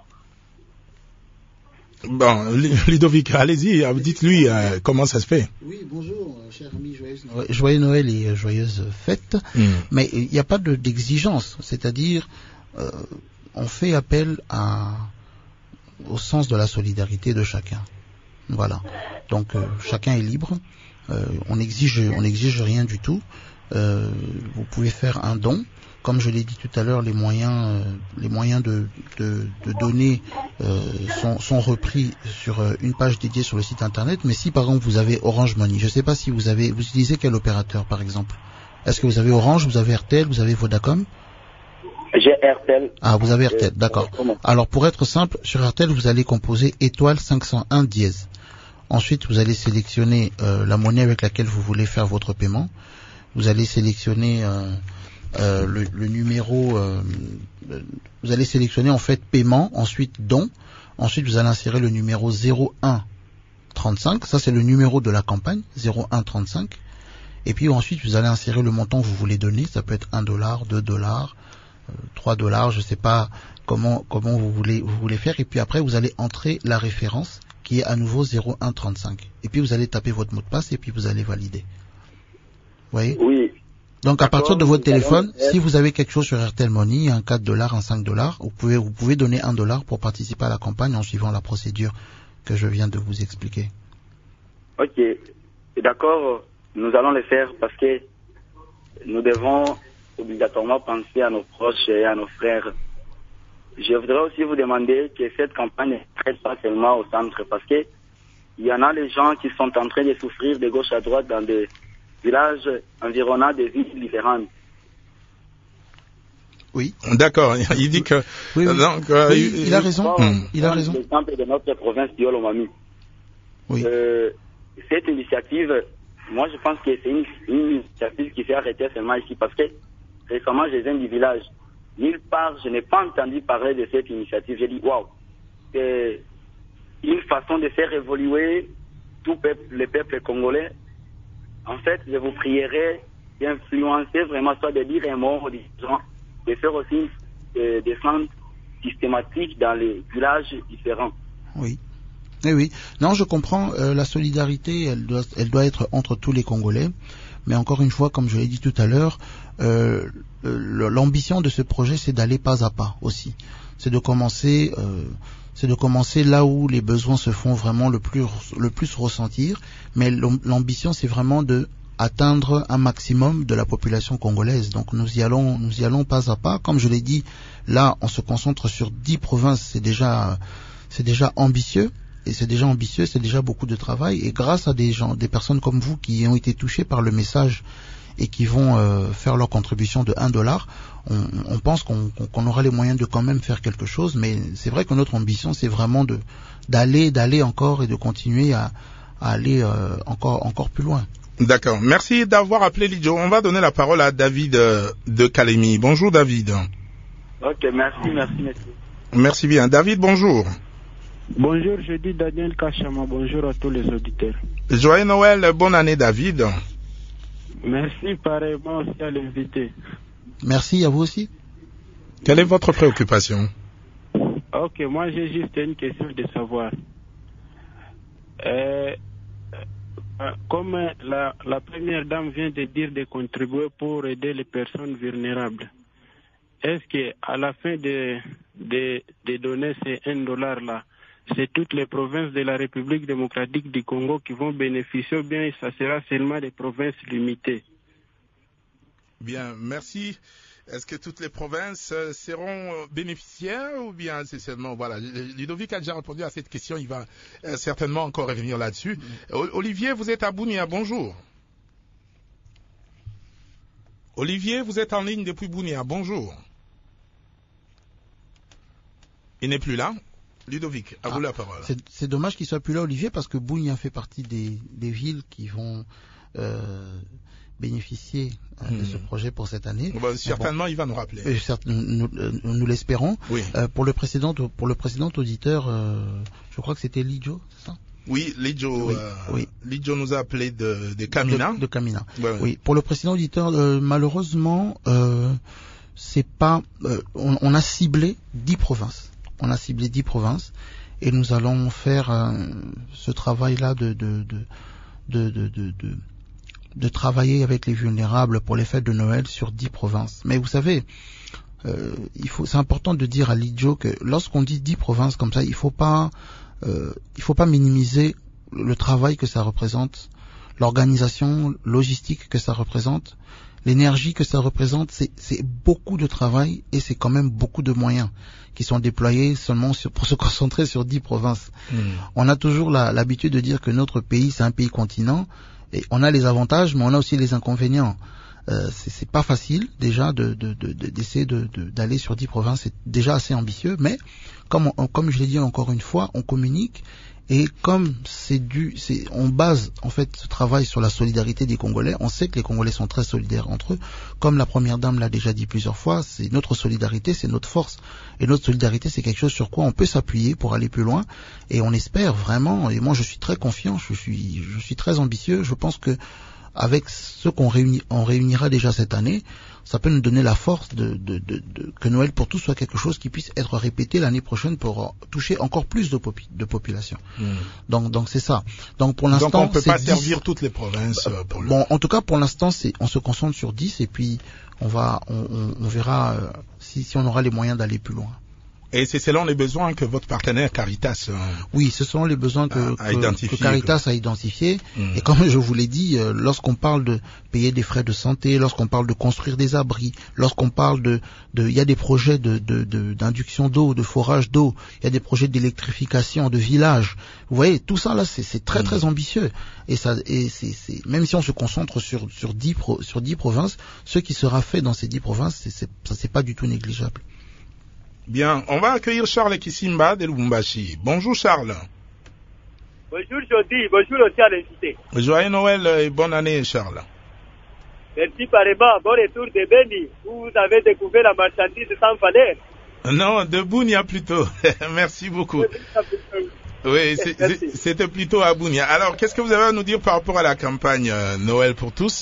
A: Bon, Ludovic, allez-y, dites-lui euh, comment ça se fait.
B: Oui, bonjour, cher ami, joyeuse Noël, joyeux Noël et joyeuses fêtes. Mm. Mais il n'y a pas de, d'exigence, c'est-à-dire euh, on fait appel à, au sens de la solidarité de chacun. Voilà. Donc euh, chacun est libre. Euh, on n'exige, on n'exige rien du tout. Euh, vous pouvez faire un don. Comme je l'ai dit tout à l'heure, les moyens, euh, les moyens de, de, de donner euh, sont, sont repris sur euh, une page dédiée sur le site internet. Mais si par exemple vous avez Orange Money, je ne sais pas si vous avez, vous utilisez quel opérateur par exemple? Est-ce que vous avez Orange, vous avez Airtel, vous avez Vodacom?
E: J'ai Airtel.
B: Ah, vous avez Airtel, d'accord. Alors pour être simple, sur Airtel vous allez composer étoile cinq cent un dièse. Ensuite vous allez sélectionner euh, la monnaie avec laquelle vous voulez faire votre paiement. Vous allez sélectionner euh, Euh, le, le numéro, euh, vous allez sélectionner en fait paiement, ensuite don, ensuite vous allez insérer le numéro zéro un trente-cinq, ça c'est le numéro de la campagne, zéro un trente-cinq, et puis ensuite vous allez insérer le montant que vous voulez donner, ça peut être un dollar, deux dollars, euh, trois dollars, je sais pas comment comment vous voulez vous voulez faire, et puis après vous allez entrer la référence qui est à nouveau zéro un trente-cinq, et puis vous allez taper votre mot de passe et puis vous allez valider. Vous voyez?
E: Oui.
B: Donc à partir de votre téléphone, si vous avez quelque chose sur Airtel Money, un quatre dollars, un cinq dollars, vous pouvez vous pouvez donner un dollar pour participer à la campagne en suivant la procédure que je viens de vous expliquer.
E: Ok, d'accord, nous allons le faire parce que nous devons obligatoirement penser à nos proches et à nos frères. Je voudrais aussi vous demander que cette campagne ne traite pas seulement au centre parce que il y en a des gens qui sont en train de souffrir de gauche à droite dans des villages environnants des villes différentes.
B: Oui.
A: D'accord. Il dit que.
B: Oui, oui.
A: Donc, euh,
B: oui, il, il a raison.
E: Bon,
B: il a raison.
E: L'exemple de notre province d'Yolomami.
B: Oui.
G: Euh, cette initiative, moi je pense que c'est une, une initiative qui s'est arrêtée seulement ici parce que récemment je viens du village. Nulle part, je n'ai pas entendu parler de cette initiative. J'ai dit, waouh, c'est une façon de faire évoluer tout peuple, le peuple congolais. En fait, je vous prierai d'influencer vraiment, soit de dire un mot aux dirigeants, de faire aussi euh, des centres systématiques dans les villages différents.
B: Oui. Eh oui. Non, je comprends. Euh, la solidarité, elle doit, elle doit être entre tous les Congolais. Mais encore une fois, comme je l'ai dit tout à l'heure, euh, l'ambition de ce projet, c'est d'aller pas à pas aussi. C'est de commencer, euh, c'est de commencer là où les besoins se font vraiment le plus, le plus ressentir. Mais l'ambition, c'est vraiment de atteindre un maximum de la population congolaise. Donc nous y allons, nous y allons pas à pas. Comme je l'ai dit, là, on se concentre sur dix provinces. C'est déjà, c'est déjà ambitieux. Et c'est déjà ambitieux, c'est déjà beaucoup de travail. Et grâce à des gens, des personnes comme vous qui ont été touchées par le message et qui vont euh, faire leur contribution de un dollar, on, on pense qu'on qu'on aura les moyens de quand même faire quelque chose. Mais c'est vrai que notre ambition, c'est vraiment de d'aller, d'aller encore et de continuer à, à aller euh, encore, encore plus loin.
A: D'accord. Merci d'avoir appelé Lidjo. On va donner la parole à David euh, de Kalemi. Bonjour David.
G: Ok, merci, merci, merci.
A: Merci bien. David, bonjour.
H: Bonjour, je dis Daniel Kachama. Bonjour à tous les auditeurs.
A: Joyeux Noël, bonne année David.
H: Merci pareillement aussi à l'invité.
B: Merci à vous aussi.
A: Quelle est votre préoccupation?
H: Ok, moi j'ai juste une question de savoir. Euh, euh, comme la, la première dame vient de dire de contribuer pour aider les personnes vulnérables, est-ce qu'à la fin de, de, de donner ces un dollar là, c'est toutes les provinces de la République démocratique du Congo qui vont bénéficier ou bien ça sera seulement des provinces limitées?
A: Bien, merci. Est-ce que toutes les provinces euh, seront bénéficiaires ou bien c'est seulement... Voilà, Ludovic a déjà répondu à cette question, il va euh, certainement encore revenir là-dessus. Mmh. Olivier, vous êtes à Bunia, bonjour. Olivier, vous êtes en ligne depuis Bunia, bonjour. Il n'est plus là. Ludovic, à ah, vous la parole.
B: C'est dommage qu'il soit plus là, Olivier, parce que Bunia fait partie des, des villes qui vont euh, bénéficier euh, mmh. de ce projet pour cette année.
A: Bah, certainement, bon, il va nous rappeler.
B: Euh, certes, nous, nous, nous l'espérons.
A: Oui.
B: Euh, pour le précédent, pour le précédent auditeur, euh, je crois que c'était Lidjo, c'est ça?
A: Oui, Lidjo,
B: oui,
A: euh,
B: oui.
A: Lidjo nous a appelé de, de Kamina.
B: De, de Kamina.
A: Ouais, ouais.
B: Oui. Pour le précédent auditeur, euh, malheureusement, euh, c'est pas, euh, on, on a ciblé dix provinces. On a ciblé dix provinces et nous allons faire euh, ce travail-là de de de, de de de de de travailler avec les vulnérables pour les fêtes de Noël sur dix provinces. Mais vous savez, euh, il faut, c'est important de dire à Lidjo que lorsqu'on dit dix provinces comme ça, il faut pas, euh, il faut pas minimiser le travail que ça représente, l'organisation logistique que ça représente. L'énergie que ça représente, c'est beaucoup de travail et c'est quand même beaucoup de moyens qui sont déployés seulement sur, pour se concentrer sur dix provinces. Mmh. On a toujours l'habitude la, de dire que notre pays, c'est un pays continent et on a les avantages, mais on a aussi les inconvénients. Euh, c'est pas facile déjà de d'essayer de, de, de, d'aller sur dix provinces, c'est déjà assez ambitieux, mais comme, on, comme je l'ai dit encore une fois, on communique. Et comme c'est dû, c'est, on base en fait ce travail sur la solidarité des Congolais. On sait que les Congolais sont très solidaires entre eux. Comme la première dame l'a déjà dit plusieurs fois, c'est notre solidarité, c'est notre force. Et notre solidarité, c'est quelque chose sur quoi on peut s'appuyer pour aller plus loin. Et on espère vraiment. Et moi, je suis très confiant. Je suis, je suis très ambitieux. Je pense que avec ce qu'on réunit, on réunira déjà cette année, ça peut nous donner la force de, de, de, de que Noël pour tous soit quelque chose qui puisse être répété l'année prochaine pour toucher encore plus de, popi de population. Mmh. Donc, donc c'est ça. Donc pour l'instant,
A: donc on peut pas
B: dix...
A: servir toutes les provinces. Euh, pour le...
B: Bon, en tout cas pour l'instant, c'est on se concentre sur dix et puis on va, on, on, on verra euh, si, si on aura les moyens d'aller plus loin.
A: Et c'est selon les besoins que votre partenaire Caritas... Euh,
B: oui, ce sont les besoins que,
A: a, a
B: que, que Caritas que... a identifiés. Mmh. Et comme je vous l'ai dit, euh, lorsqu'on parle de payer des frais de santé, lorsqu'on parle de construire des abris, lorsqu'on parle de... Il y a des projets d'induction de, de, d'eau, de forage d'eau, il y a des projets d'électrification de villages. Vous voyez, tout ça là, c'est très mmh. très ambitieux. Et, ça, et c'est c'est même si on se concentre sur, sur, dix, pro, sur dix provinces, ce qui sera fait dans ces dix provinces, c'est c'est, ça c'est pas du tout négligeable.
A: Bien, on va accueillir Charles Kisimba de Lubumbashi. Bonjour Charles.
I: Bonjour Jody, bonjour aussi à l'invité.
A: Joyeux Noël et bonne année, Charles.
I: Merci pareillement, bon retour de Beni, où vous avez découvert la marchandise sans valeur.
A: Non, de Bounia plutôt. Merci beaucoup. Oui, c'était plutôt à Bounia. Alors, qu'est-ce que vous avez à nous dire par rapport à la campagne euh, Noël pour tous?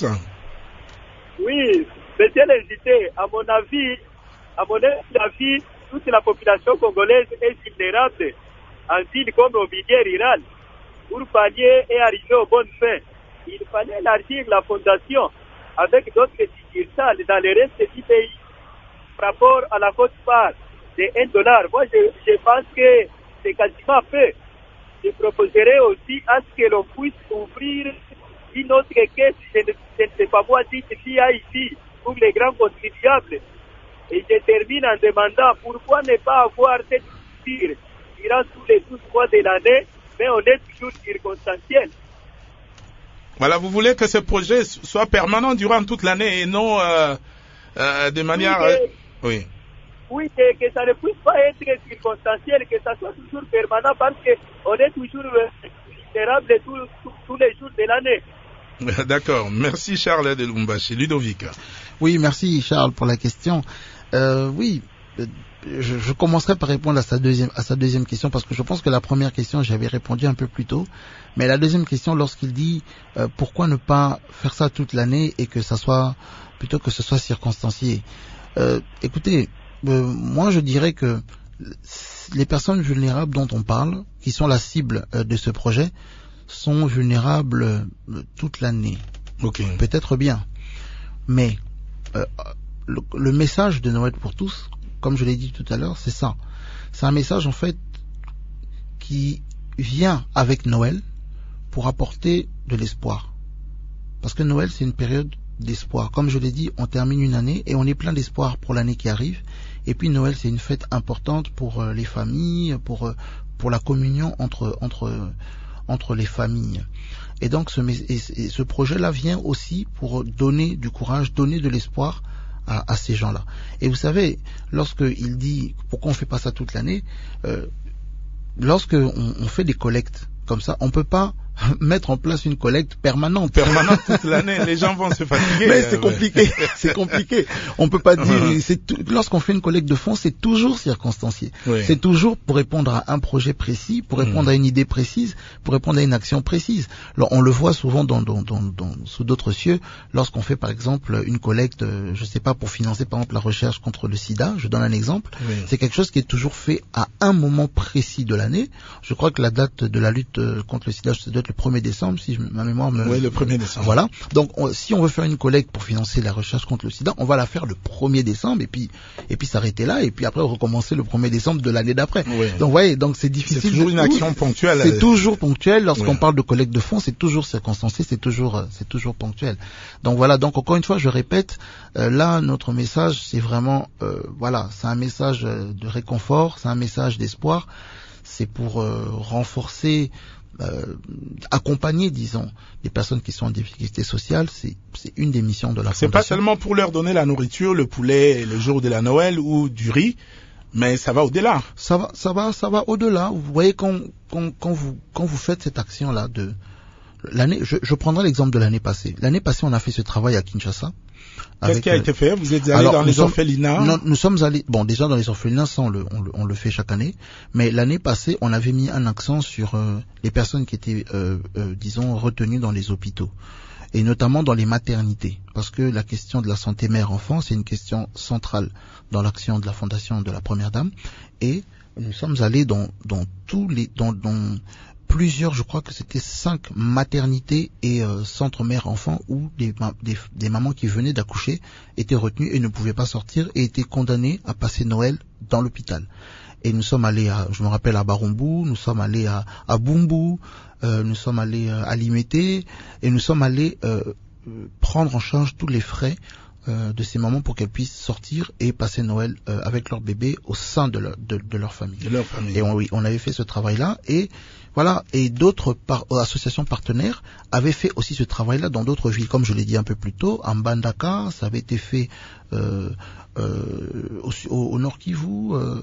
I: Oui, monsieur l'invité, à mon avis, à mon avis, toute la population congolaise est vulnérable en ville comme au milieu rural. Pour pallier et arriver aux bonnes fins, il fallait élargir la fondation avec d'autres succursales dans le reste du pays. Par rapport à la haute part de un dollar, moi je, je pense que c'est quasiment fait. Je proposerais aussi à ce que l'on puisse ouvrir une autre caisse, je ne, je ne sais pas moi si il y a ici, pour les grands contribuables. Et je termine en demandant pourquoi ne pas avoir cette structure durant tous les douze mois de l'année, mais on est toujours circonstanciel.
A: Voilà, vous voulez que ce projet soit permanent durant toute l'année et non euh, euh, de manière...
I: Oui, que,
A: oui.
I: oui que, que ça ne puisse pas être circonstanciel, que ça soit toujours permanent parce qu'on est toujours vulnérable tous, tous, tous les jours de l'année.
A: D'accord. Merci Charles de Lumbashi. Ludovic.
B: Oui, merci Charles pour la question. Euh, oui, je, je commencerai par répondre à sa deuxième à sa deuxième question parce que je pense que la première question j'avais répondu un peu plus tôt, mais la deuxième question lorsqu'il dit euh, pourquoi ne pas faire ça toute l'année et que ça soit plutôt que ce soit circonstancié. Euh, écoutez, euh, moi je dirais que les personnes vulnérables dont on parle, qui sont la cible euh, de ce projet, sont vulnérables euh, toute l'année.
A: Okay.
B: Peut-être bien, mais euh, le, le message de Noël pour tous, comme je l'ai dit tout à l'heure, c'est ça. C'est un message en fait qui vient avec Noël pour apporter de l'espoir. Parce que Noël, c'est une période d'espoir. Comme je l'ai dit, on termine une année et on est plein d'espoir pour l'année qui arrive. Et puis Noël, c'est une fête importante pour euh, les familles, pour euh, pour la communion entre entre entre les familles. Et donc ce, et, et ce projet-là vient aussi pour donner du courage, donner de l'espoir à, à ces gens-là. Et vous savez, lorsqu'il dit pourquoi on fait pas ça toute l'année, euh, lorsque on, on fait des collectes comme ça, on peut pas mettre en place une collecte permanente.
A: Permanente toute l'année, les gens vont se fatiguer.
B: Mais c'est compliqué, c'est compliqué. On peut pas dire, c'est tout, lorsqu'on fait une collecte de fonds, c'est toujours circonstancié. Oui. C'est toujours pour répondre à un projet précis, pour répondre mmh. à une idée précise, pour répondre à une action précise. Alors, on le voit souvent dans, dans, dans, dans sous d'autres cieux, lorsqu'on fait par exemple une collecte, je sais pas, pour financer par exemple la recherche contre le sida, je donne un exemple. Oui. C'est quelque chose qui est toujours fait à un moment précis de l'année. Je crois que la date de la lutte contre le sida, ça doit être le premier décembre, si ma mémoire me...
A: Oui, le premier décembre.
B: Voilà. Donc, on, si on veut faire une collecte pour financer la recherche contre le sida, on va la faire le premier décembre et puis, et puis s'arrêter là et puis après recommencer le premier décembre de l'année d'après. Oui. Donc, vous voyez, donc c'est difficile.
A: C'est toujours une action ponctuelle.
B: C'est toujours ponctuel. Lorsqu'on oui. parle de collecte de fonds, c'est toujours circonstancié, c'est toujours, c'est toujours ponctuel. Donc voilà. Donc, encore une fois, je répète, euh, là, notre message, c'est vraiment, euh, voilà, c'est un message de réconfort, c'est un message d'espoir. C'est pour euh, renforcer Euh, accompagner, disons, les personnes qui sont en difficulté sociale, c'est, c'est une des missions de la fondation.
A: C'est pas seulement pour leur donner la nourriture, le poulet, le jour de la Noël ou du riz, mais ça va au-delà.
B: Ça va, ça va, ça va au-delà. Vous voyez quand, quand, quand vous, quand vous faites cette action-là de l'année, je, je prendrai l'exemple de l'année passée. L'année passée, on a fait ce travail à Kinshasa.
A: Qu'est-ce qui a été fait? Vous êtes allé Alors, dans les sommes, orphelinats?
B: Non, nous sommes allés, bon, déjà dans les orphelinats, ça, on le, on le, on le fait chaque année. Mais l'année passée, on avait mis un accent sur euh, les personnes qui étaient, euh, euh, disons, retenues dans les hôpitaux. Et notamment dans les maternités. Parce que la question de la santé mère-enfant, c'est une question centrale dans l'action de la Fondation de la Première Dame. Et nous sommes allés dans, dans tous les, dans, dans, plusieurs, je crois que c'était cinq maternités et euh, centres mère-enfant où des, des, des mamans qui venaient d'accoucher étaient retenues et ne pouvaient pas sortir et étaient condamnées à passer Noël dans l'hôpital. Et nous sommes allés à, je me rappelle, à Barumbu, nous sommes allés à, à Bumbu, euh, nous sommes allés à Limete et nous sommes allés euh, prendre en charge tous les frais euh, de ces mamans pour qu'elles puissent sortir et passer Noël euh, avec leur bébé au sein de, leur, de, de leur famille.
A: De leur famille.
B: Et on, oui, on avait fait ce travail-là et voilà, et d'autres par, associations partenaires avaient fait aussi ce travail-là dans d'autres villes, comme je l'ai dit un peu plus tôt, à Mbandaka, ça avait été fait euh, euh, au, au, au Nord Kivu, euh,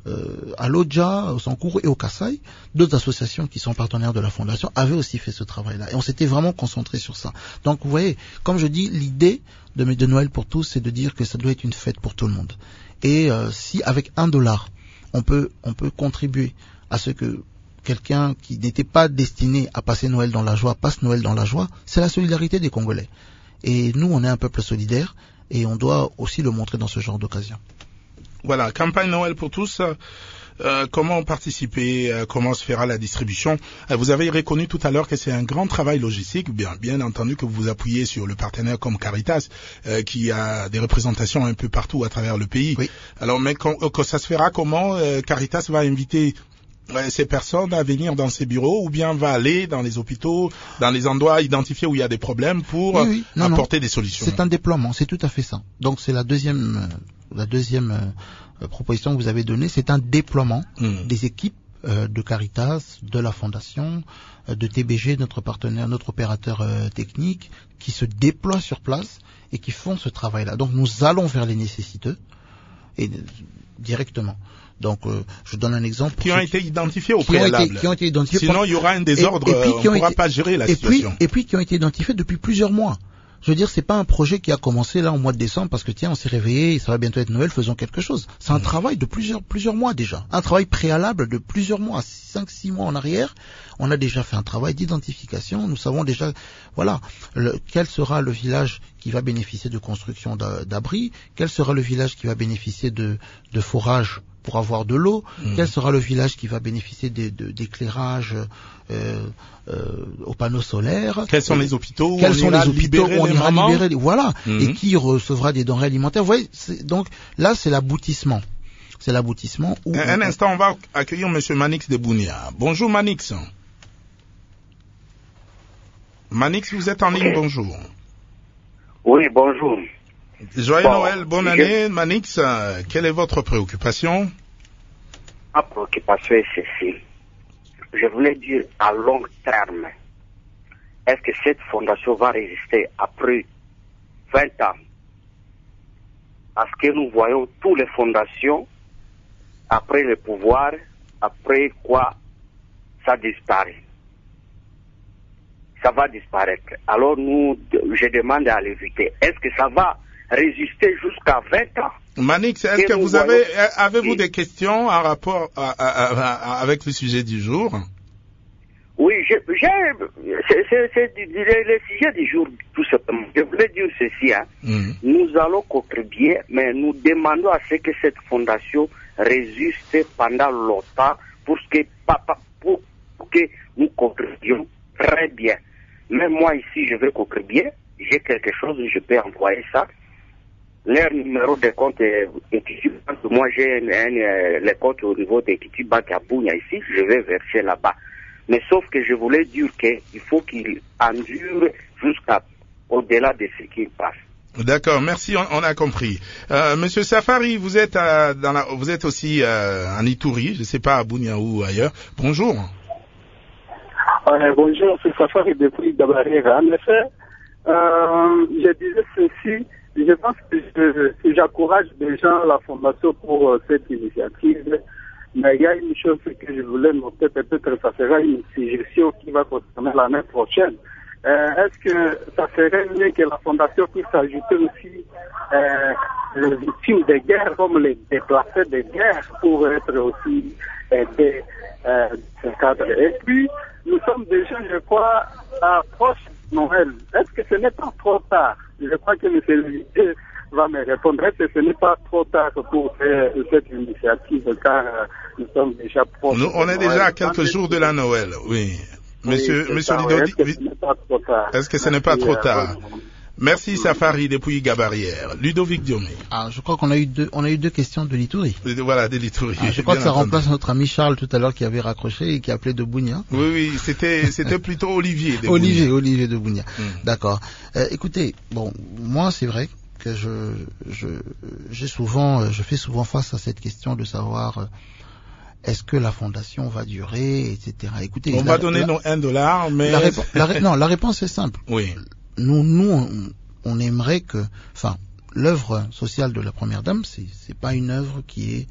B: euh, à l'Odja, au Sankourou et au Kassai, d'autres associations qui sont partenaires de la fondation avaient aussi fait ce travail-là. Et on s'était vraiment concentré sur ça. Donc vous voyez, comme je dis, l'idée de, de Noël pour tous, c'est de dire que ça doit être une fête pour tout le monde. Et euh, si avec un dollar, on peut, on peut contribuer à ce que quelqu'un qui n'était pas destiné à passer Noël dans la joie passe Noël dans la joie, c'est la solidarité des Congolais. Et nous, on est un peuple solidaire et on doit aussi le montrer dans ce genre d'occasion.
A: Voilà, campagne Noël pour tous. Euh, comment participer, euh, comment se fera la distribution. Euh, vous avez reconnu tout à l'heure que c'est un grand travail logistique, bien, bien entendu que vous vous appuyez sur le partenaire comme Caritas, euh, qui a des représentations un peu partout à travers le pays. Oui. Alors, mais quand, quand ça se fera, comment euh, Caritas va inviter euh, ces personnes à venir dans ses bureaux ou bien va aller dans les hôpitaux, dans les endroits identifiés où il y a des problèmes pour oui, oui. Non, apporter non. des solutions.
B: C'est un déploiement, c'est tout à fait ça. Donc c'est la deuxième... Euh... La deuxième euh, proposition que vous avez donnée, c'est un déploiement mmh. des équipes euh, de Caritas, de la Fondation, euh, de T B G, notre partenaire, notre opérateur euh, technique, qui se déploient sur place et qui font ce travail-là. Donc nous allons vers les nécessiteux et euh, directement. Donc, euh, je donne un exemple.
A: Qui ont été identifiés au préalable.
B: Été, qui ont été identifiés.
A: Sinon, par... il y aura un désordre. Et, et puis, on ne pourra été... pas gérer la
B: et
A: situation.
B: Puis, et puis, qui ont été identifiés depuis plusieurs mois. Je veux dire, c'est pas un projet qui a commencé là au mois de décembre parce que tiens, on s'est réveillé, ça va bientôt être Noël, faisons quelque chose. C'est un mmh. travail de plusieurs plusieurs mois déjà, un travail préalable de plusieurs mois, cinq six mois en arrière. On a déjà fait un travail d'identification. Nous savons déjà, voilà, le, quel sera le village qui va bénéficier de construction d'abris, quel sera le village qui va bénéficier de, de forage pour avoir de l'eau, mmh. quel sera le village qui va bénéficier d'éclairage euh, euh, aux panneaux solaires,
A: quels sont les hôpitaux,
B: quels sont les hôpitaux où on ira
A: mamans.
B: libérer, voilà, mmh. et qui recevra des denrées alimentaires. Vous voyez, donc là c'est l'aboutissement, c'est l'aboutissement. Où
A: un,
B: on...
A: un instant, on va accueillir Monsieur Manix de Bounia. Bonjour Manix. Manix, vous êtes en ligne. Bonjour.
J: Oui, bonjour.
A: Joyeux bon, Noël, bonne année, je... Manix. Quelle est votre préoccupation?
J: Ma préoccupation est ceci. Je voulais dire à long terme, est-ce que cette fondation va résister après vingt ans? Parce que nous voyons toutes les fondations, après le pouvoir, après quoi ça disparaît. Ça va disparaître. Alors nous, je demande à l'éviter. Est-ce que ça va résister jusqu'à vingt ans?
A: Manix, est-ce que vous voyons... avez, avez-vous des questions en rapport à, à, à, avec le sujet du jour?
J: Oui, j'ai, c'est, c'est, c'est le sujet du jour, tout simplement. Je voulais dire ceci, hein. Mm. Nous allons contribuer, mais nous demandons à ce que cette fondation résiste pendant longtemps pour que, pour, pour que nous contribuions très bien. Même moi ici, je veux contribuer, j'ai quelque chose, je peux envoyer ça. Leur numéro de compte est Equity Bank. Moi, j'ai un, un, les comptes au niveau d'Equity Bank à Bounia ici. Je vais verser là-bas. Mais sauf que je voulais dire qu'il faut qu'il endure jusqu'à au-delà de ce qui passe.
A: D'accord, merci, on, on a compris. Euh, Monsieur Safari, vous êtes à, dans la, vous êtes aussi euh, en Ituri, je ne sais pas à Bounia ou ailleurs. Bonjour.
K: Euh, bonjour, c'est Safari depuis Gabarire. En effet, euh, je disais ceci. Je pense que je, j'encourage déjà la Fondation pour euh, cette initiative, mais il y a une chose que je voulais noter, peut-être ça sera une suggestion qui va concerner l'année prochaine. Euh, est-ce que ça serait mieux que la Fondation puisse ajouter aussi euh, les victimes de guerre comme les déplacés de guerre pour être aussi aidés euh, dans ce cadre? Et puis, nous sommes déjà, je crois, à proche de Noël. Est-ce que ce n'est pas trop tard? Je crois que M. Lévité va me répondre. Est-ce que ce n'est pas trop tard pour faire cette initiative car euh, nous sommes déjà proches?
A: Nous, on est déjà à quelques jours de la Noël, oui. Monsieur, oui, Monsieur Lido,
K: est-ce que ce n'est pas trop tard?
A: Est-ce que ce n'est pas trop tard? Merci Safari depuis Gabarrière. Ludovic Diomé.
B: Ah, je crois qu'on a eu deux, on a eu deux questions de l'Ituri.
A: Voilà, de l'Ituri.
B: Ah, je crois que ça entendu. remplace notre ami Charles tout à l'heure qui avait raccroché et qui appelait de Bounia.
A: Oui, oui, c'était, c'était plutôt Olivier de
B: Olivier,
A: Bounia.
B: Olivier de Bounia.
A: Mm.
B: D'accord. Euh, écoutez, bon, moi c'est vrai que je, je, j'ai souvent, je fais souvent face à cette question de savoir. Euh, Est-ce que la fondation va durer, et cetera. Écoutez,
A: on la, va donner la, nos un dollar, mais
B: la répo- la, non, la réponse est simple.
A: Oui.
B: Nous, nous, on, on aimerait que, enfin, l'œuvre sociale de la Première Dame, c'est, c'est pas une œuvre qui est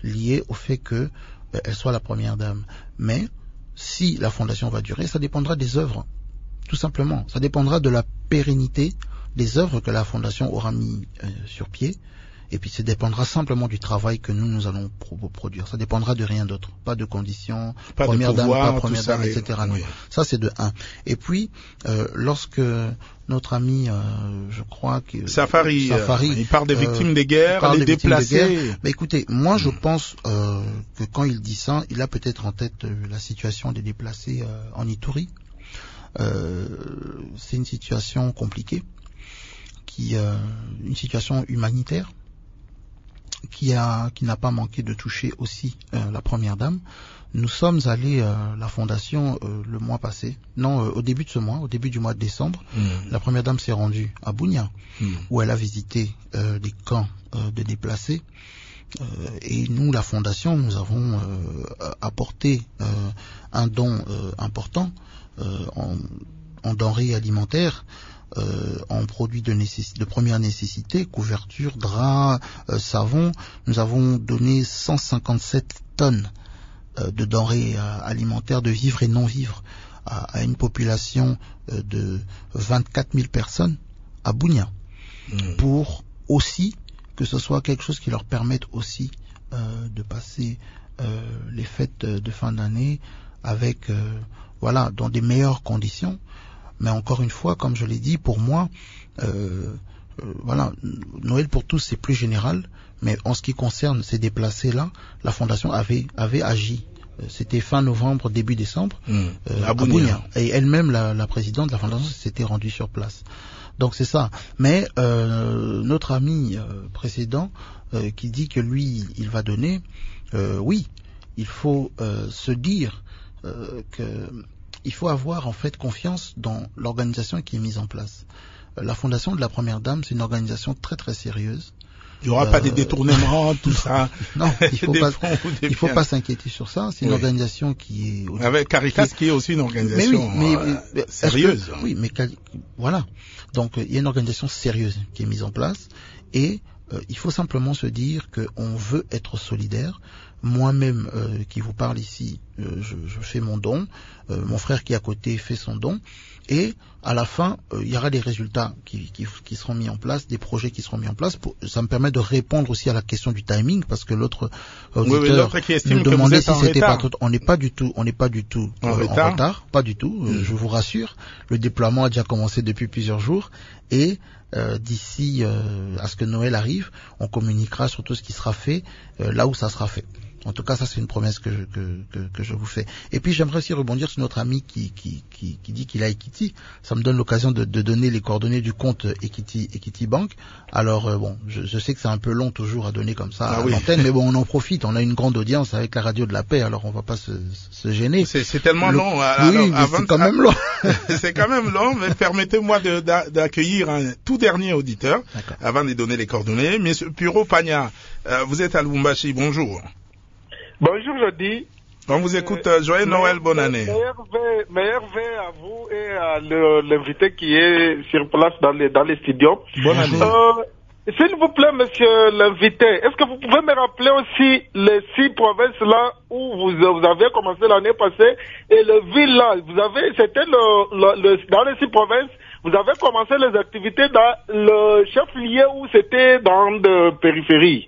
B: lié au fait que euh, elle soit la première dame. Mais si la fondation va durer, ça dépendra des œuvres, tout simplement. Ça dépendra de la pérennité des œuvres que la fondation aura mis euh, sur pied. Et puis ça dépendra simplement du travail que nous, nous allons pro- produire. Ça dépendra de rien d'autre. Pas de conditions,
A: pas
B: première
A: de pouvoir,
B: dame, pas première dame,
A: et...
B: et cetera.
A: Oui.
B: Ça, c'est de un. Et puis, euh, lorsque notre ami, euh, je crois que...
A: Safari,
B: Safari
A: euh, il parle des victimes
B: euh,
A: des guerres, les déplacés.
B: Mais écoutez, moi, je pense euh, que quand il dit ça, il a peut-être en tête euh, la situation des déplacés euh, en Ituri. Euh, c'est une situation compliquée, qui, euh, une situation humanitaire, qui a qui n'a pas manqué de toucher aussi euh, la première dame. Nous sommes allés à euh, la fondation euh, le mois passé, non euh, au début de ce mois, au début du mois de décembre. Mmh. La première dame s'est rendue à Bunia, mmh. où elle a visité euh, les camps euh, de déplacés. Euh, et nous, la fondation, nous avons euh, apporté euh, un don euh, important euh, en, en denrées alimentaires. Euh, en produits de, nécess- de première nécessité, couverture, draps, euh, savon. Nous avons donné cent cinquante-sept tonnes euh, de denrées euh, alimentaires, de vivres et non-vivres, à, à une population euh, de vingt-quatre mille personnes à Bunia, mmh. pour aussi que ce soit quelque chose qui leur permette aussi euh, de passer euh, les fêtes de fin d'année avec, euh, voilà, dans des meilleures conditions. Mais encore une fois, comme je l'ai dit, pour moi, euh, euh, voilà, Noël pour tous c'est plus général, mais en ce qui concerne ces déplacés-là, la fondation avait avait agi. C'était fin novembre, début décembre, mmh. euh, à Bunia. Et elle-même, la, la présidente de la fondation, s'était rendue sur place. Donc c'est ça. Mais euh, notre ami euh, précédent euh, qui dit que lui, il va donner, euh, oui, il faut euh, se dire euh, que il faut avoir en fait confiance dans l'organisation qui est mise en place. Euh, la fondation de la Première Dame, c'est une organisation très très sérieuse.
A: Il n'y aura euh, pas des détournements, tout ça.
B: Non, il faut pas, il faut pas s'inquiéter sur ça. C'est une oui. organisation qui est...
A: Avec Caritas qui est aussi une organisation
B: mais oui, mais,
A: euh,
B: mais,
A: sérieuse.
B: Que, oui, mais voilà. Donc il y a une organisation sérieuse qui est mise en place et euh, il faut simplement se dire qu'on veut être solidaire. Moi-même euh, qui vous parle ici, euh, je, je fais mon don, euh, mon frère qui est à côté fait son don, et à la fin, euh, il y aura des résultats qui, qui, qui seront mis en place, des projets qui seront mis en place. Pour, ça me permet de répondre aussi à la question du timing, parce que l'autre auditeur
A: oui, oui, l'autre qui estime
B: nous demandait si c'était
A: retard.
B: pas trop. On n'est pas du tout, on n'est pas du tout
A: en,
B: euh,
A: retard.
B: en retard, pas du tout. Euh, mmh. Je vous rassure, le déploiement a déjà commencé depuis plusieurs jours, et euh, d'ici euh, à ce que Noël arrive, on communiquera sur tout ce qui sera fait euh, là où ça sera fait. En tout cas, ça c'est une promesse que je, que, que, que je vous fais. Et puis j'aimerais aussi rebondir sur notre ami qui, qui, qui, qui dit qu'il a Equity. Ça me donne l'occasion de, de donner les coordonnées du compte Equity, Equity Bank. Alors euh, bon, je, je sais que c'est un peu long toujours à donner comme ça ah, à oui. l'antenne, mais bon, on en profite. On a une grande audience avec la radio de la paix, alors on va pas se, se gêner.
A: C'est, c'est tellement
B: Le,
A: long.
B: Alors, oui, mais avant, c'est quand même long.
A: C'est quand même long, mais permettez-moi de, d'accueillir un tout dernier auditeur D'accord. avant de donner les coordonnées. Monsieur Puro Pagna, euh, vous êtes à Lubumbashi. Bonjour.
L: Bonjour, je dis.
A: On vous écoute. Euh, joyeux Noël, bonne année.
L: Meilleur vœu, meilleur vœu à vous et à le, l'invité qui est sur place dans les, dans les studios.
A: Bonne année.
L: Euh, s'il vous plaît, monsieur l'invité, est-ce que vous pouvez me rappeler aussi les six provinces-là où vous, vous avez commencé l'année passée et le ville-là, vous avez, c'était le, le, le, dans les six provinces, vous avez commencé les activités dans le chef-lieu ou c'était dans de périphérie?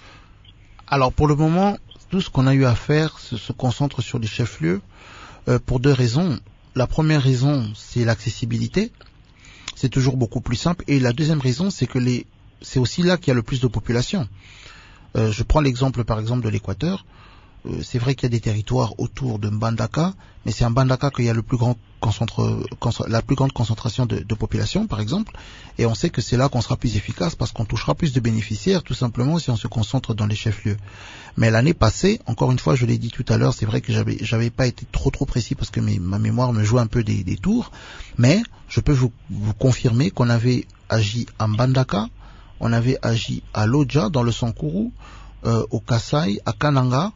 B: Alors, pour le moment, tout ce qu'on a eu à faire se, se concentre sur les chefs-lieux euh, pour deux raisons. La première raison, c'est l'accessibilité. C'est toujours beaucoup plus simple. Et la deuxième raison, c'est que les, c'est aussi là qu'il y a le plus de population. Euh, je prends l'exemple, par exemple, de l'Équateur. Euh, c'est vrai qu'il y a des territoires autour de Mbandaka, mais c'est à Mbandaka qu'il y a le plus grand concentre, concentre, la plus grande concentration de, de population, par exemple. Et on sait que c'est là qu'on sera plus efficace parce qu'on touchera plus de bénéficiaires, tout simplement, si on se concentre dans les chefs-lieux. Mais l'année passée, encore une fois, je l'ai dit tout à l'heure, c'est vrai que j'avais, j'avais pas été trop trop précis parce que mes, ma mémoire me joue un peu des, des tours. Mais je peux vous, vous confirmer qu'on avait agi à Mbandaka, on avait agi à Lodja, dans le Sankuru, euh, au Kasai, à Kananga,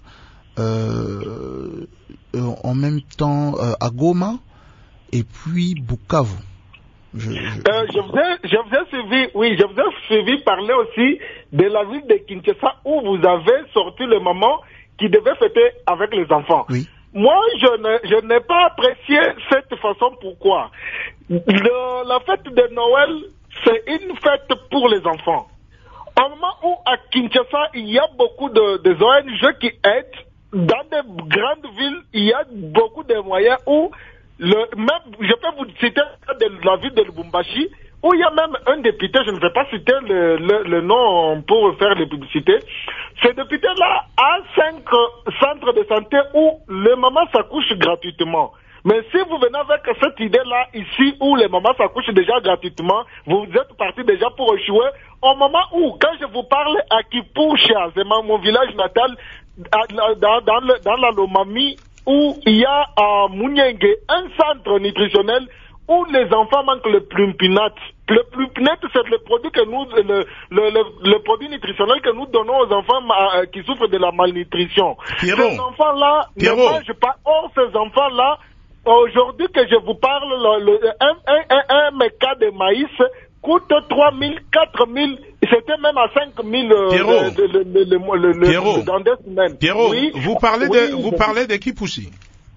B: euh, euh, en même temps euh, à Goma, et puis Bukavu. Je, je...
L: Euh, je, vous ai, je vous ai suivi, oui, je vous ai suivi parler aussi de la ville de Kinshasa où vous avez sorti le moment qui devait fêter avec les enfants.
B: Oui.
L: Moi, je ne, je n'ai pas apprécié cette façon. Pourquoi? Le, la fête de Noël, c'est une fête pour les enfants. Au moment où à Kinshasa, il y a beaucoup de, de O N G qui aident, dans des grandes villes, il y a beaucoup de moyens où, le, même, je peux vous citer de la ville de Lubumbashi, où il y a même un député, je ne vais pas citer le, le, le nom pour faire les publicités. Ce député-là a cinq centres de santé où les mamans s'accouchent gratuitement. Mais si vous venez avec cette idée-là ici, où les mamans s'accouchent déjà gratuitement, vous êtes parti déjà pour échouer. Au moment où, quand je vous parle à Kipoucha, c'est mon village natal, dans, dans, le, dans la Lomami, où il y a à Mouniengue un centre nutritionnel où les enfants manquent le plumpinat. Le plumpinat, c'est le produit que nous, le, le, le, le produit nutritionnel que nous donnons aux enfants euh, qui souffrent de la malnutrition.
A: Pierrot.
L: Ces enfants-là
A: Pierrot.
L: ne mangent pas. Or, ces enfants-là, aujourd'hui que je vous parle, le, le, un, un, un, un méca de maïs coûte trois mille, quatre mille, c'était même à cinq mille euh,
A: Pierrot.
L: le, le, le, le, le,
A: Pierrot.
L: dans deux semaines.
A: Pierrot,
L: oui.
A: vous parlez
L: oui,
A: de, vous
L: je...
A: parlez de Kipouchi.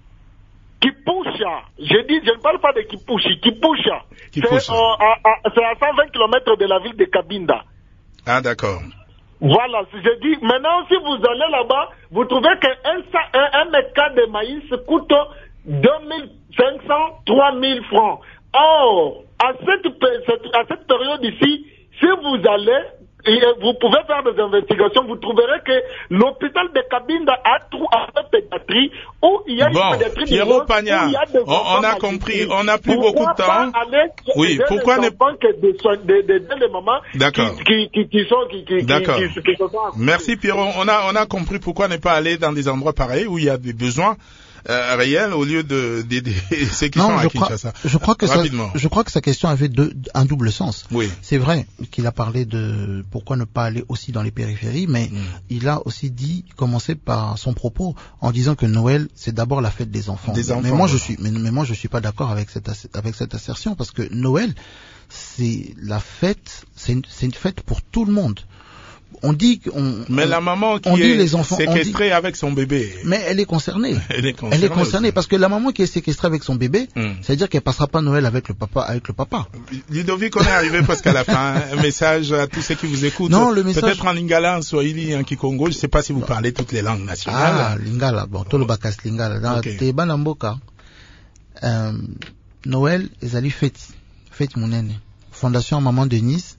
L: Kipoucha. Je dis, je ne parle pas de Kipouchi. Kipoucha.
A: Kipoucha.
L: C'est, euh, à, à, c'est à cent vingt kilomètres de la ville de Kabinda.
A: Ah, d'accord.
L: Voilà, si je dis, maintenant, si vous allez là-bas, vous trouvez qu'un un, un mètre carré de maïs coûte deux mille cinq cents, trois mille francs. Or, à cette, à cette période ici, si vous allez, et vous pouvez faire des investigations, vous trouverez que l'hôpital de Kabinda a une pédiatrie où il y a
A: bon,
L: une pédiatrie
A: Pierrot Pagna, on, on a compris, on n'a plus beaucoup de temps. Oui, pourquoi ne pas
L: que des, des, des, des mamans
A: D'accord.
L: Qui, qui, qui, qui sont qui, qui,
A: D'accord.
L: Qui, qui, qui sont...
A: Merci Pierrot, on a on a compris pourquoi ne pas aller dans des endroits pareils où il y a des besoins euh, réels au lieu de d'aider ceux qui
B: non,
A: sont à
B: je
A: Kinshasa.
B: Crois, je crois que
A: Rapidement.
B: ça, je crois que sa question avait deux, un double sens.
A: Oui.
B: C'est vrai qu'il a parlé de pourquoi ne pas aller aussi dans les périphéries, mais mm. il a aussi dit, commencé par son propos en disant que Noël c'est d'abord la fête des enfants.
A: Des enfants
B: mais moi
A: ouais.
B: je suis, mais, mais moi je suis pas d'accord avec cette avec cette assertion parce que Noël c'est la fête, c'est une, c'est une fête pour tout le monde. On dit qu'on.
A: Mais on, la maman qui
B: on
A: est
B: dit les enfants,
A: séquestrée
B: dit,
A: avec son bébé.
B: Mais elle est concernée.
A: Elle est concernée.
B: Elle est concernée parce que la maman qui est séquestrée avec son bébé,
A: mm.
B: ça veut dire qu'elle passera pas Noël avec le papa, avec le papa.
A: Ludovic, on est arrivé presque à la fin. Un message à tous ceux qui vous écoutent.
B: Non, le message.
A: Peut-être en lingala, en swahili, en kikongo. Je ne sais pas si vous parlez toutes les langues nationales.
B: Ah, lingala. Bon, tout le bakas lingala. Dans tes banamboka, euh, Noël, ezali fête, fête munene. Fondation Maman Denise,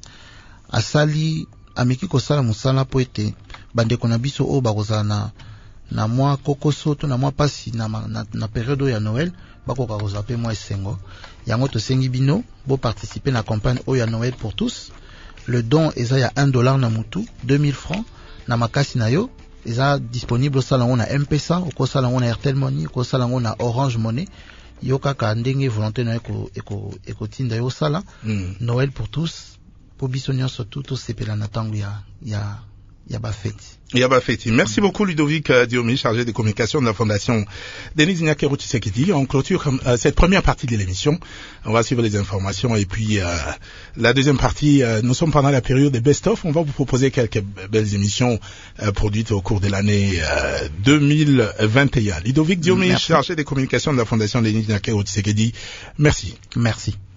B: asali ameki kosala musala po ete bandeko na biso oyo bakozala na na mwa kokoso to na mwa pasi na, na, na période ya Noël bakoka kozala pe mwa esengo yango tosengi bino bo participer na campagne oyo ya Noël pour tous. Le don eza ya un dollar na mutu, deux mille francs na makasi na yo eza disponible osala ngo na M-Pesa okosala ngo na Airtel Money okosala ngo na Orange Money yo kaka ndenge volonté na eko eko ekotinda yo sala mm. Noël pour tous. Pour bisonner surtout tout sepela na tango ya ya ya ba fête.
A: Ya ba fête. Merci beaucoup Ludovic Diomi, chargé de communication de la Fondation Denise Nyakero Tshisekedi. On clôture euh, cette première partie de l'émission. On va suivre les informations et puis euh, la deuxième partie. Euh, nous sommes pendant la période des best-of. On va vous proposer quelques belles émissions euh, produites au cours de l'année euh, deux mille vingt et un. Ludovic Diomi, chargé de communication de la Fondation Denise Nyakero Tshisekedi. Merci.
B: Merci.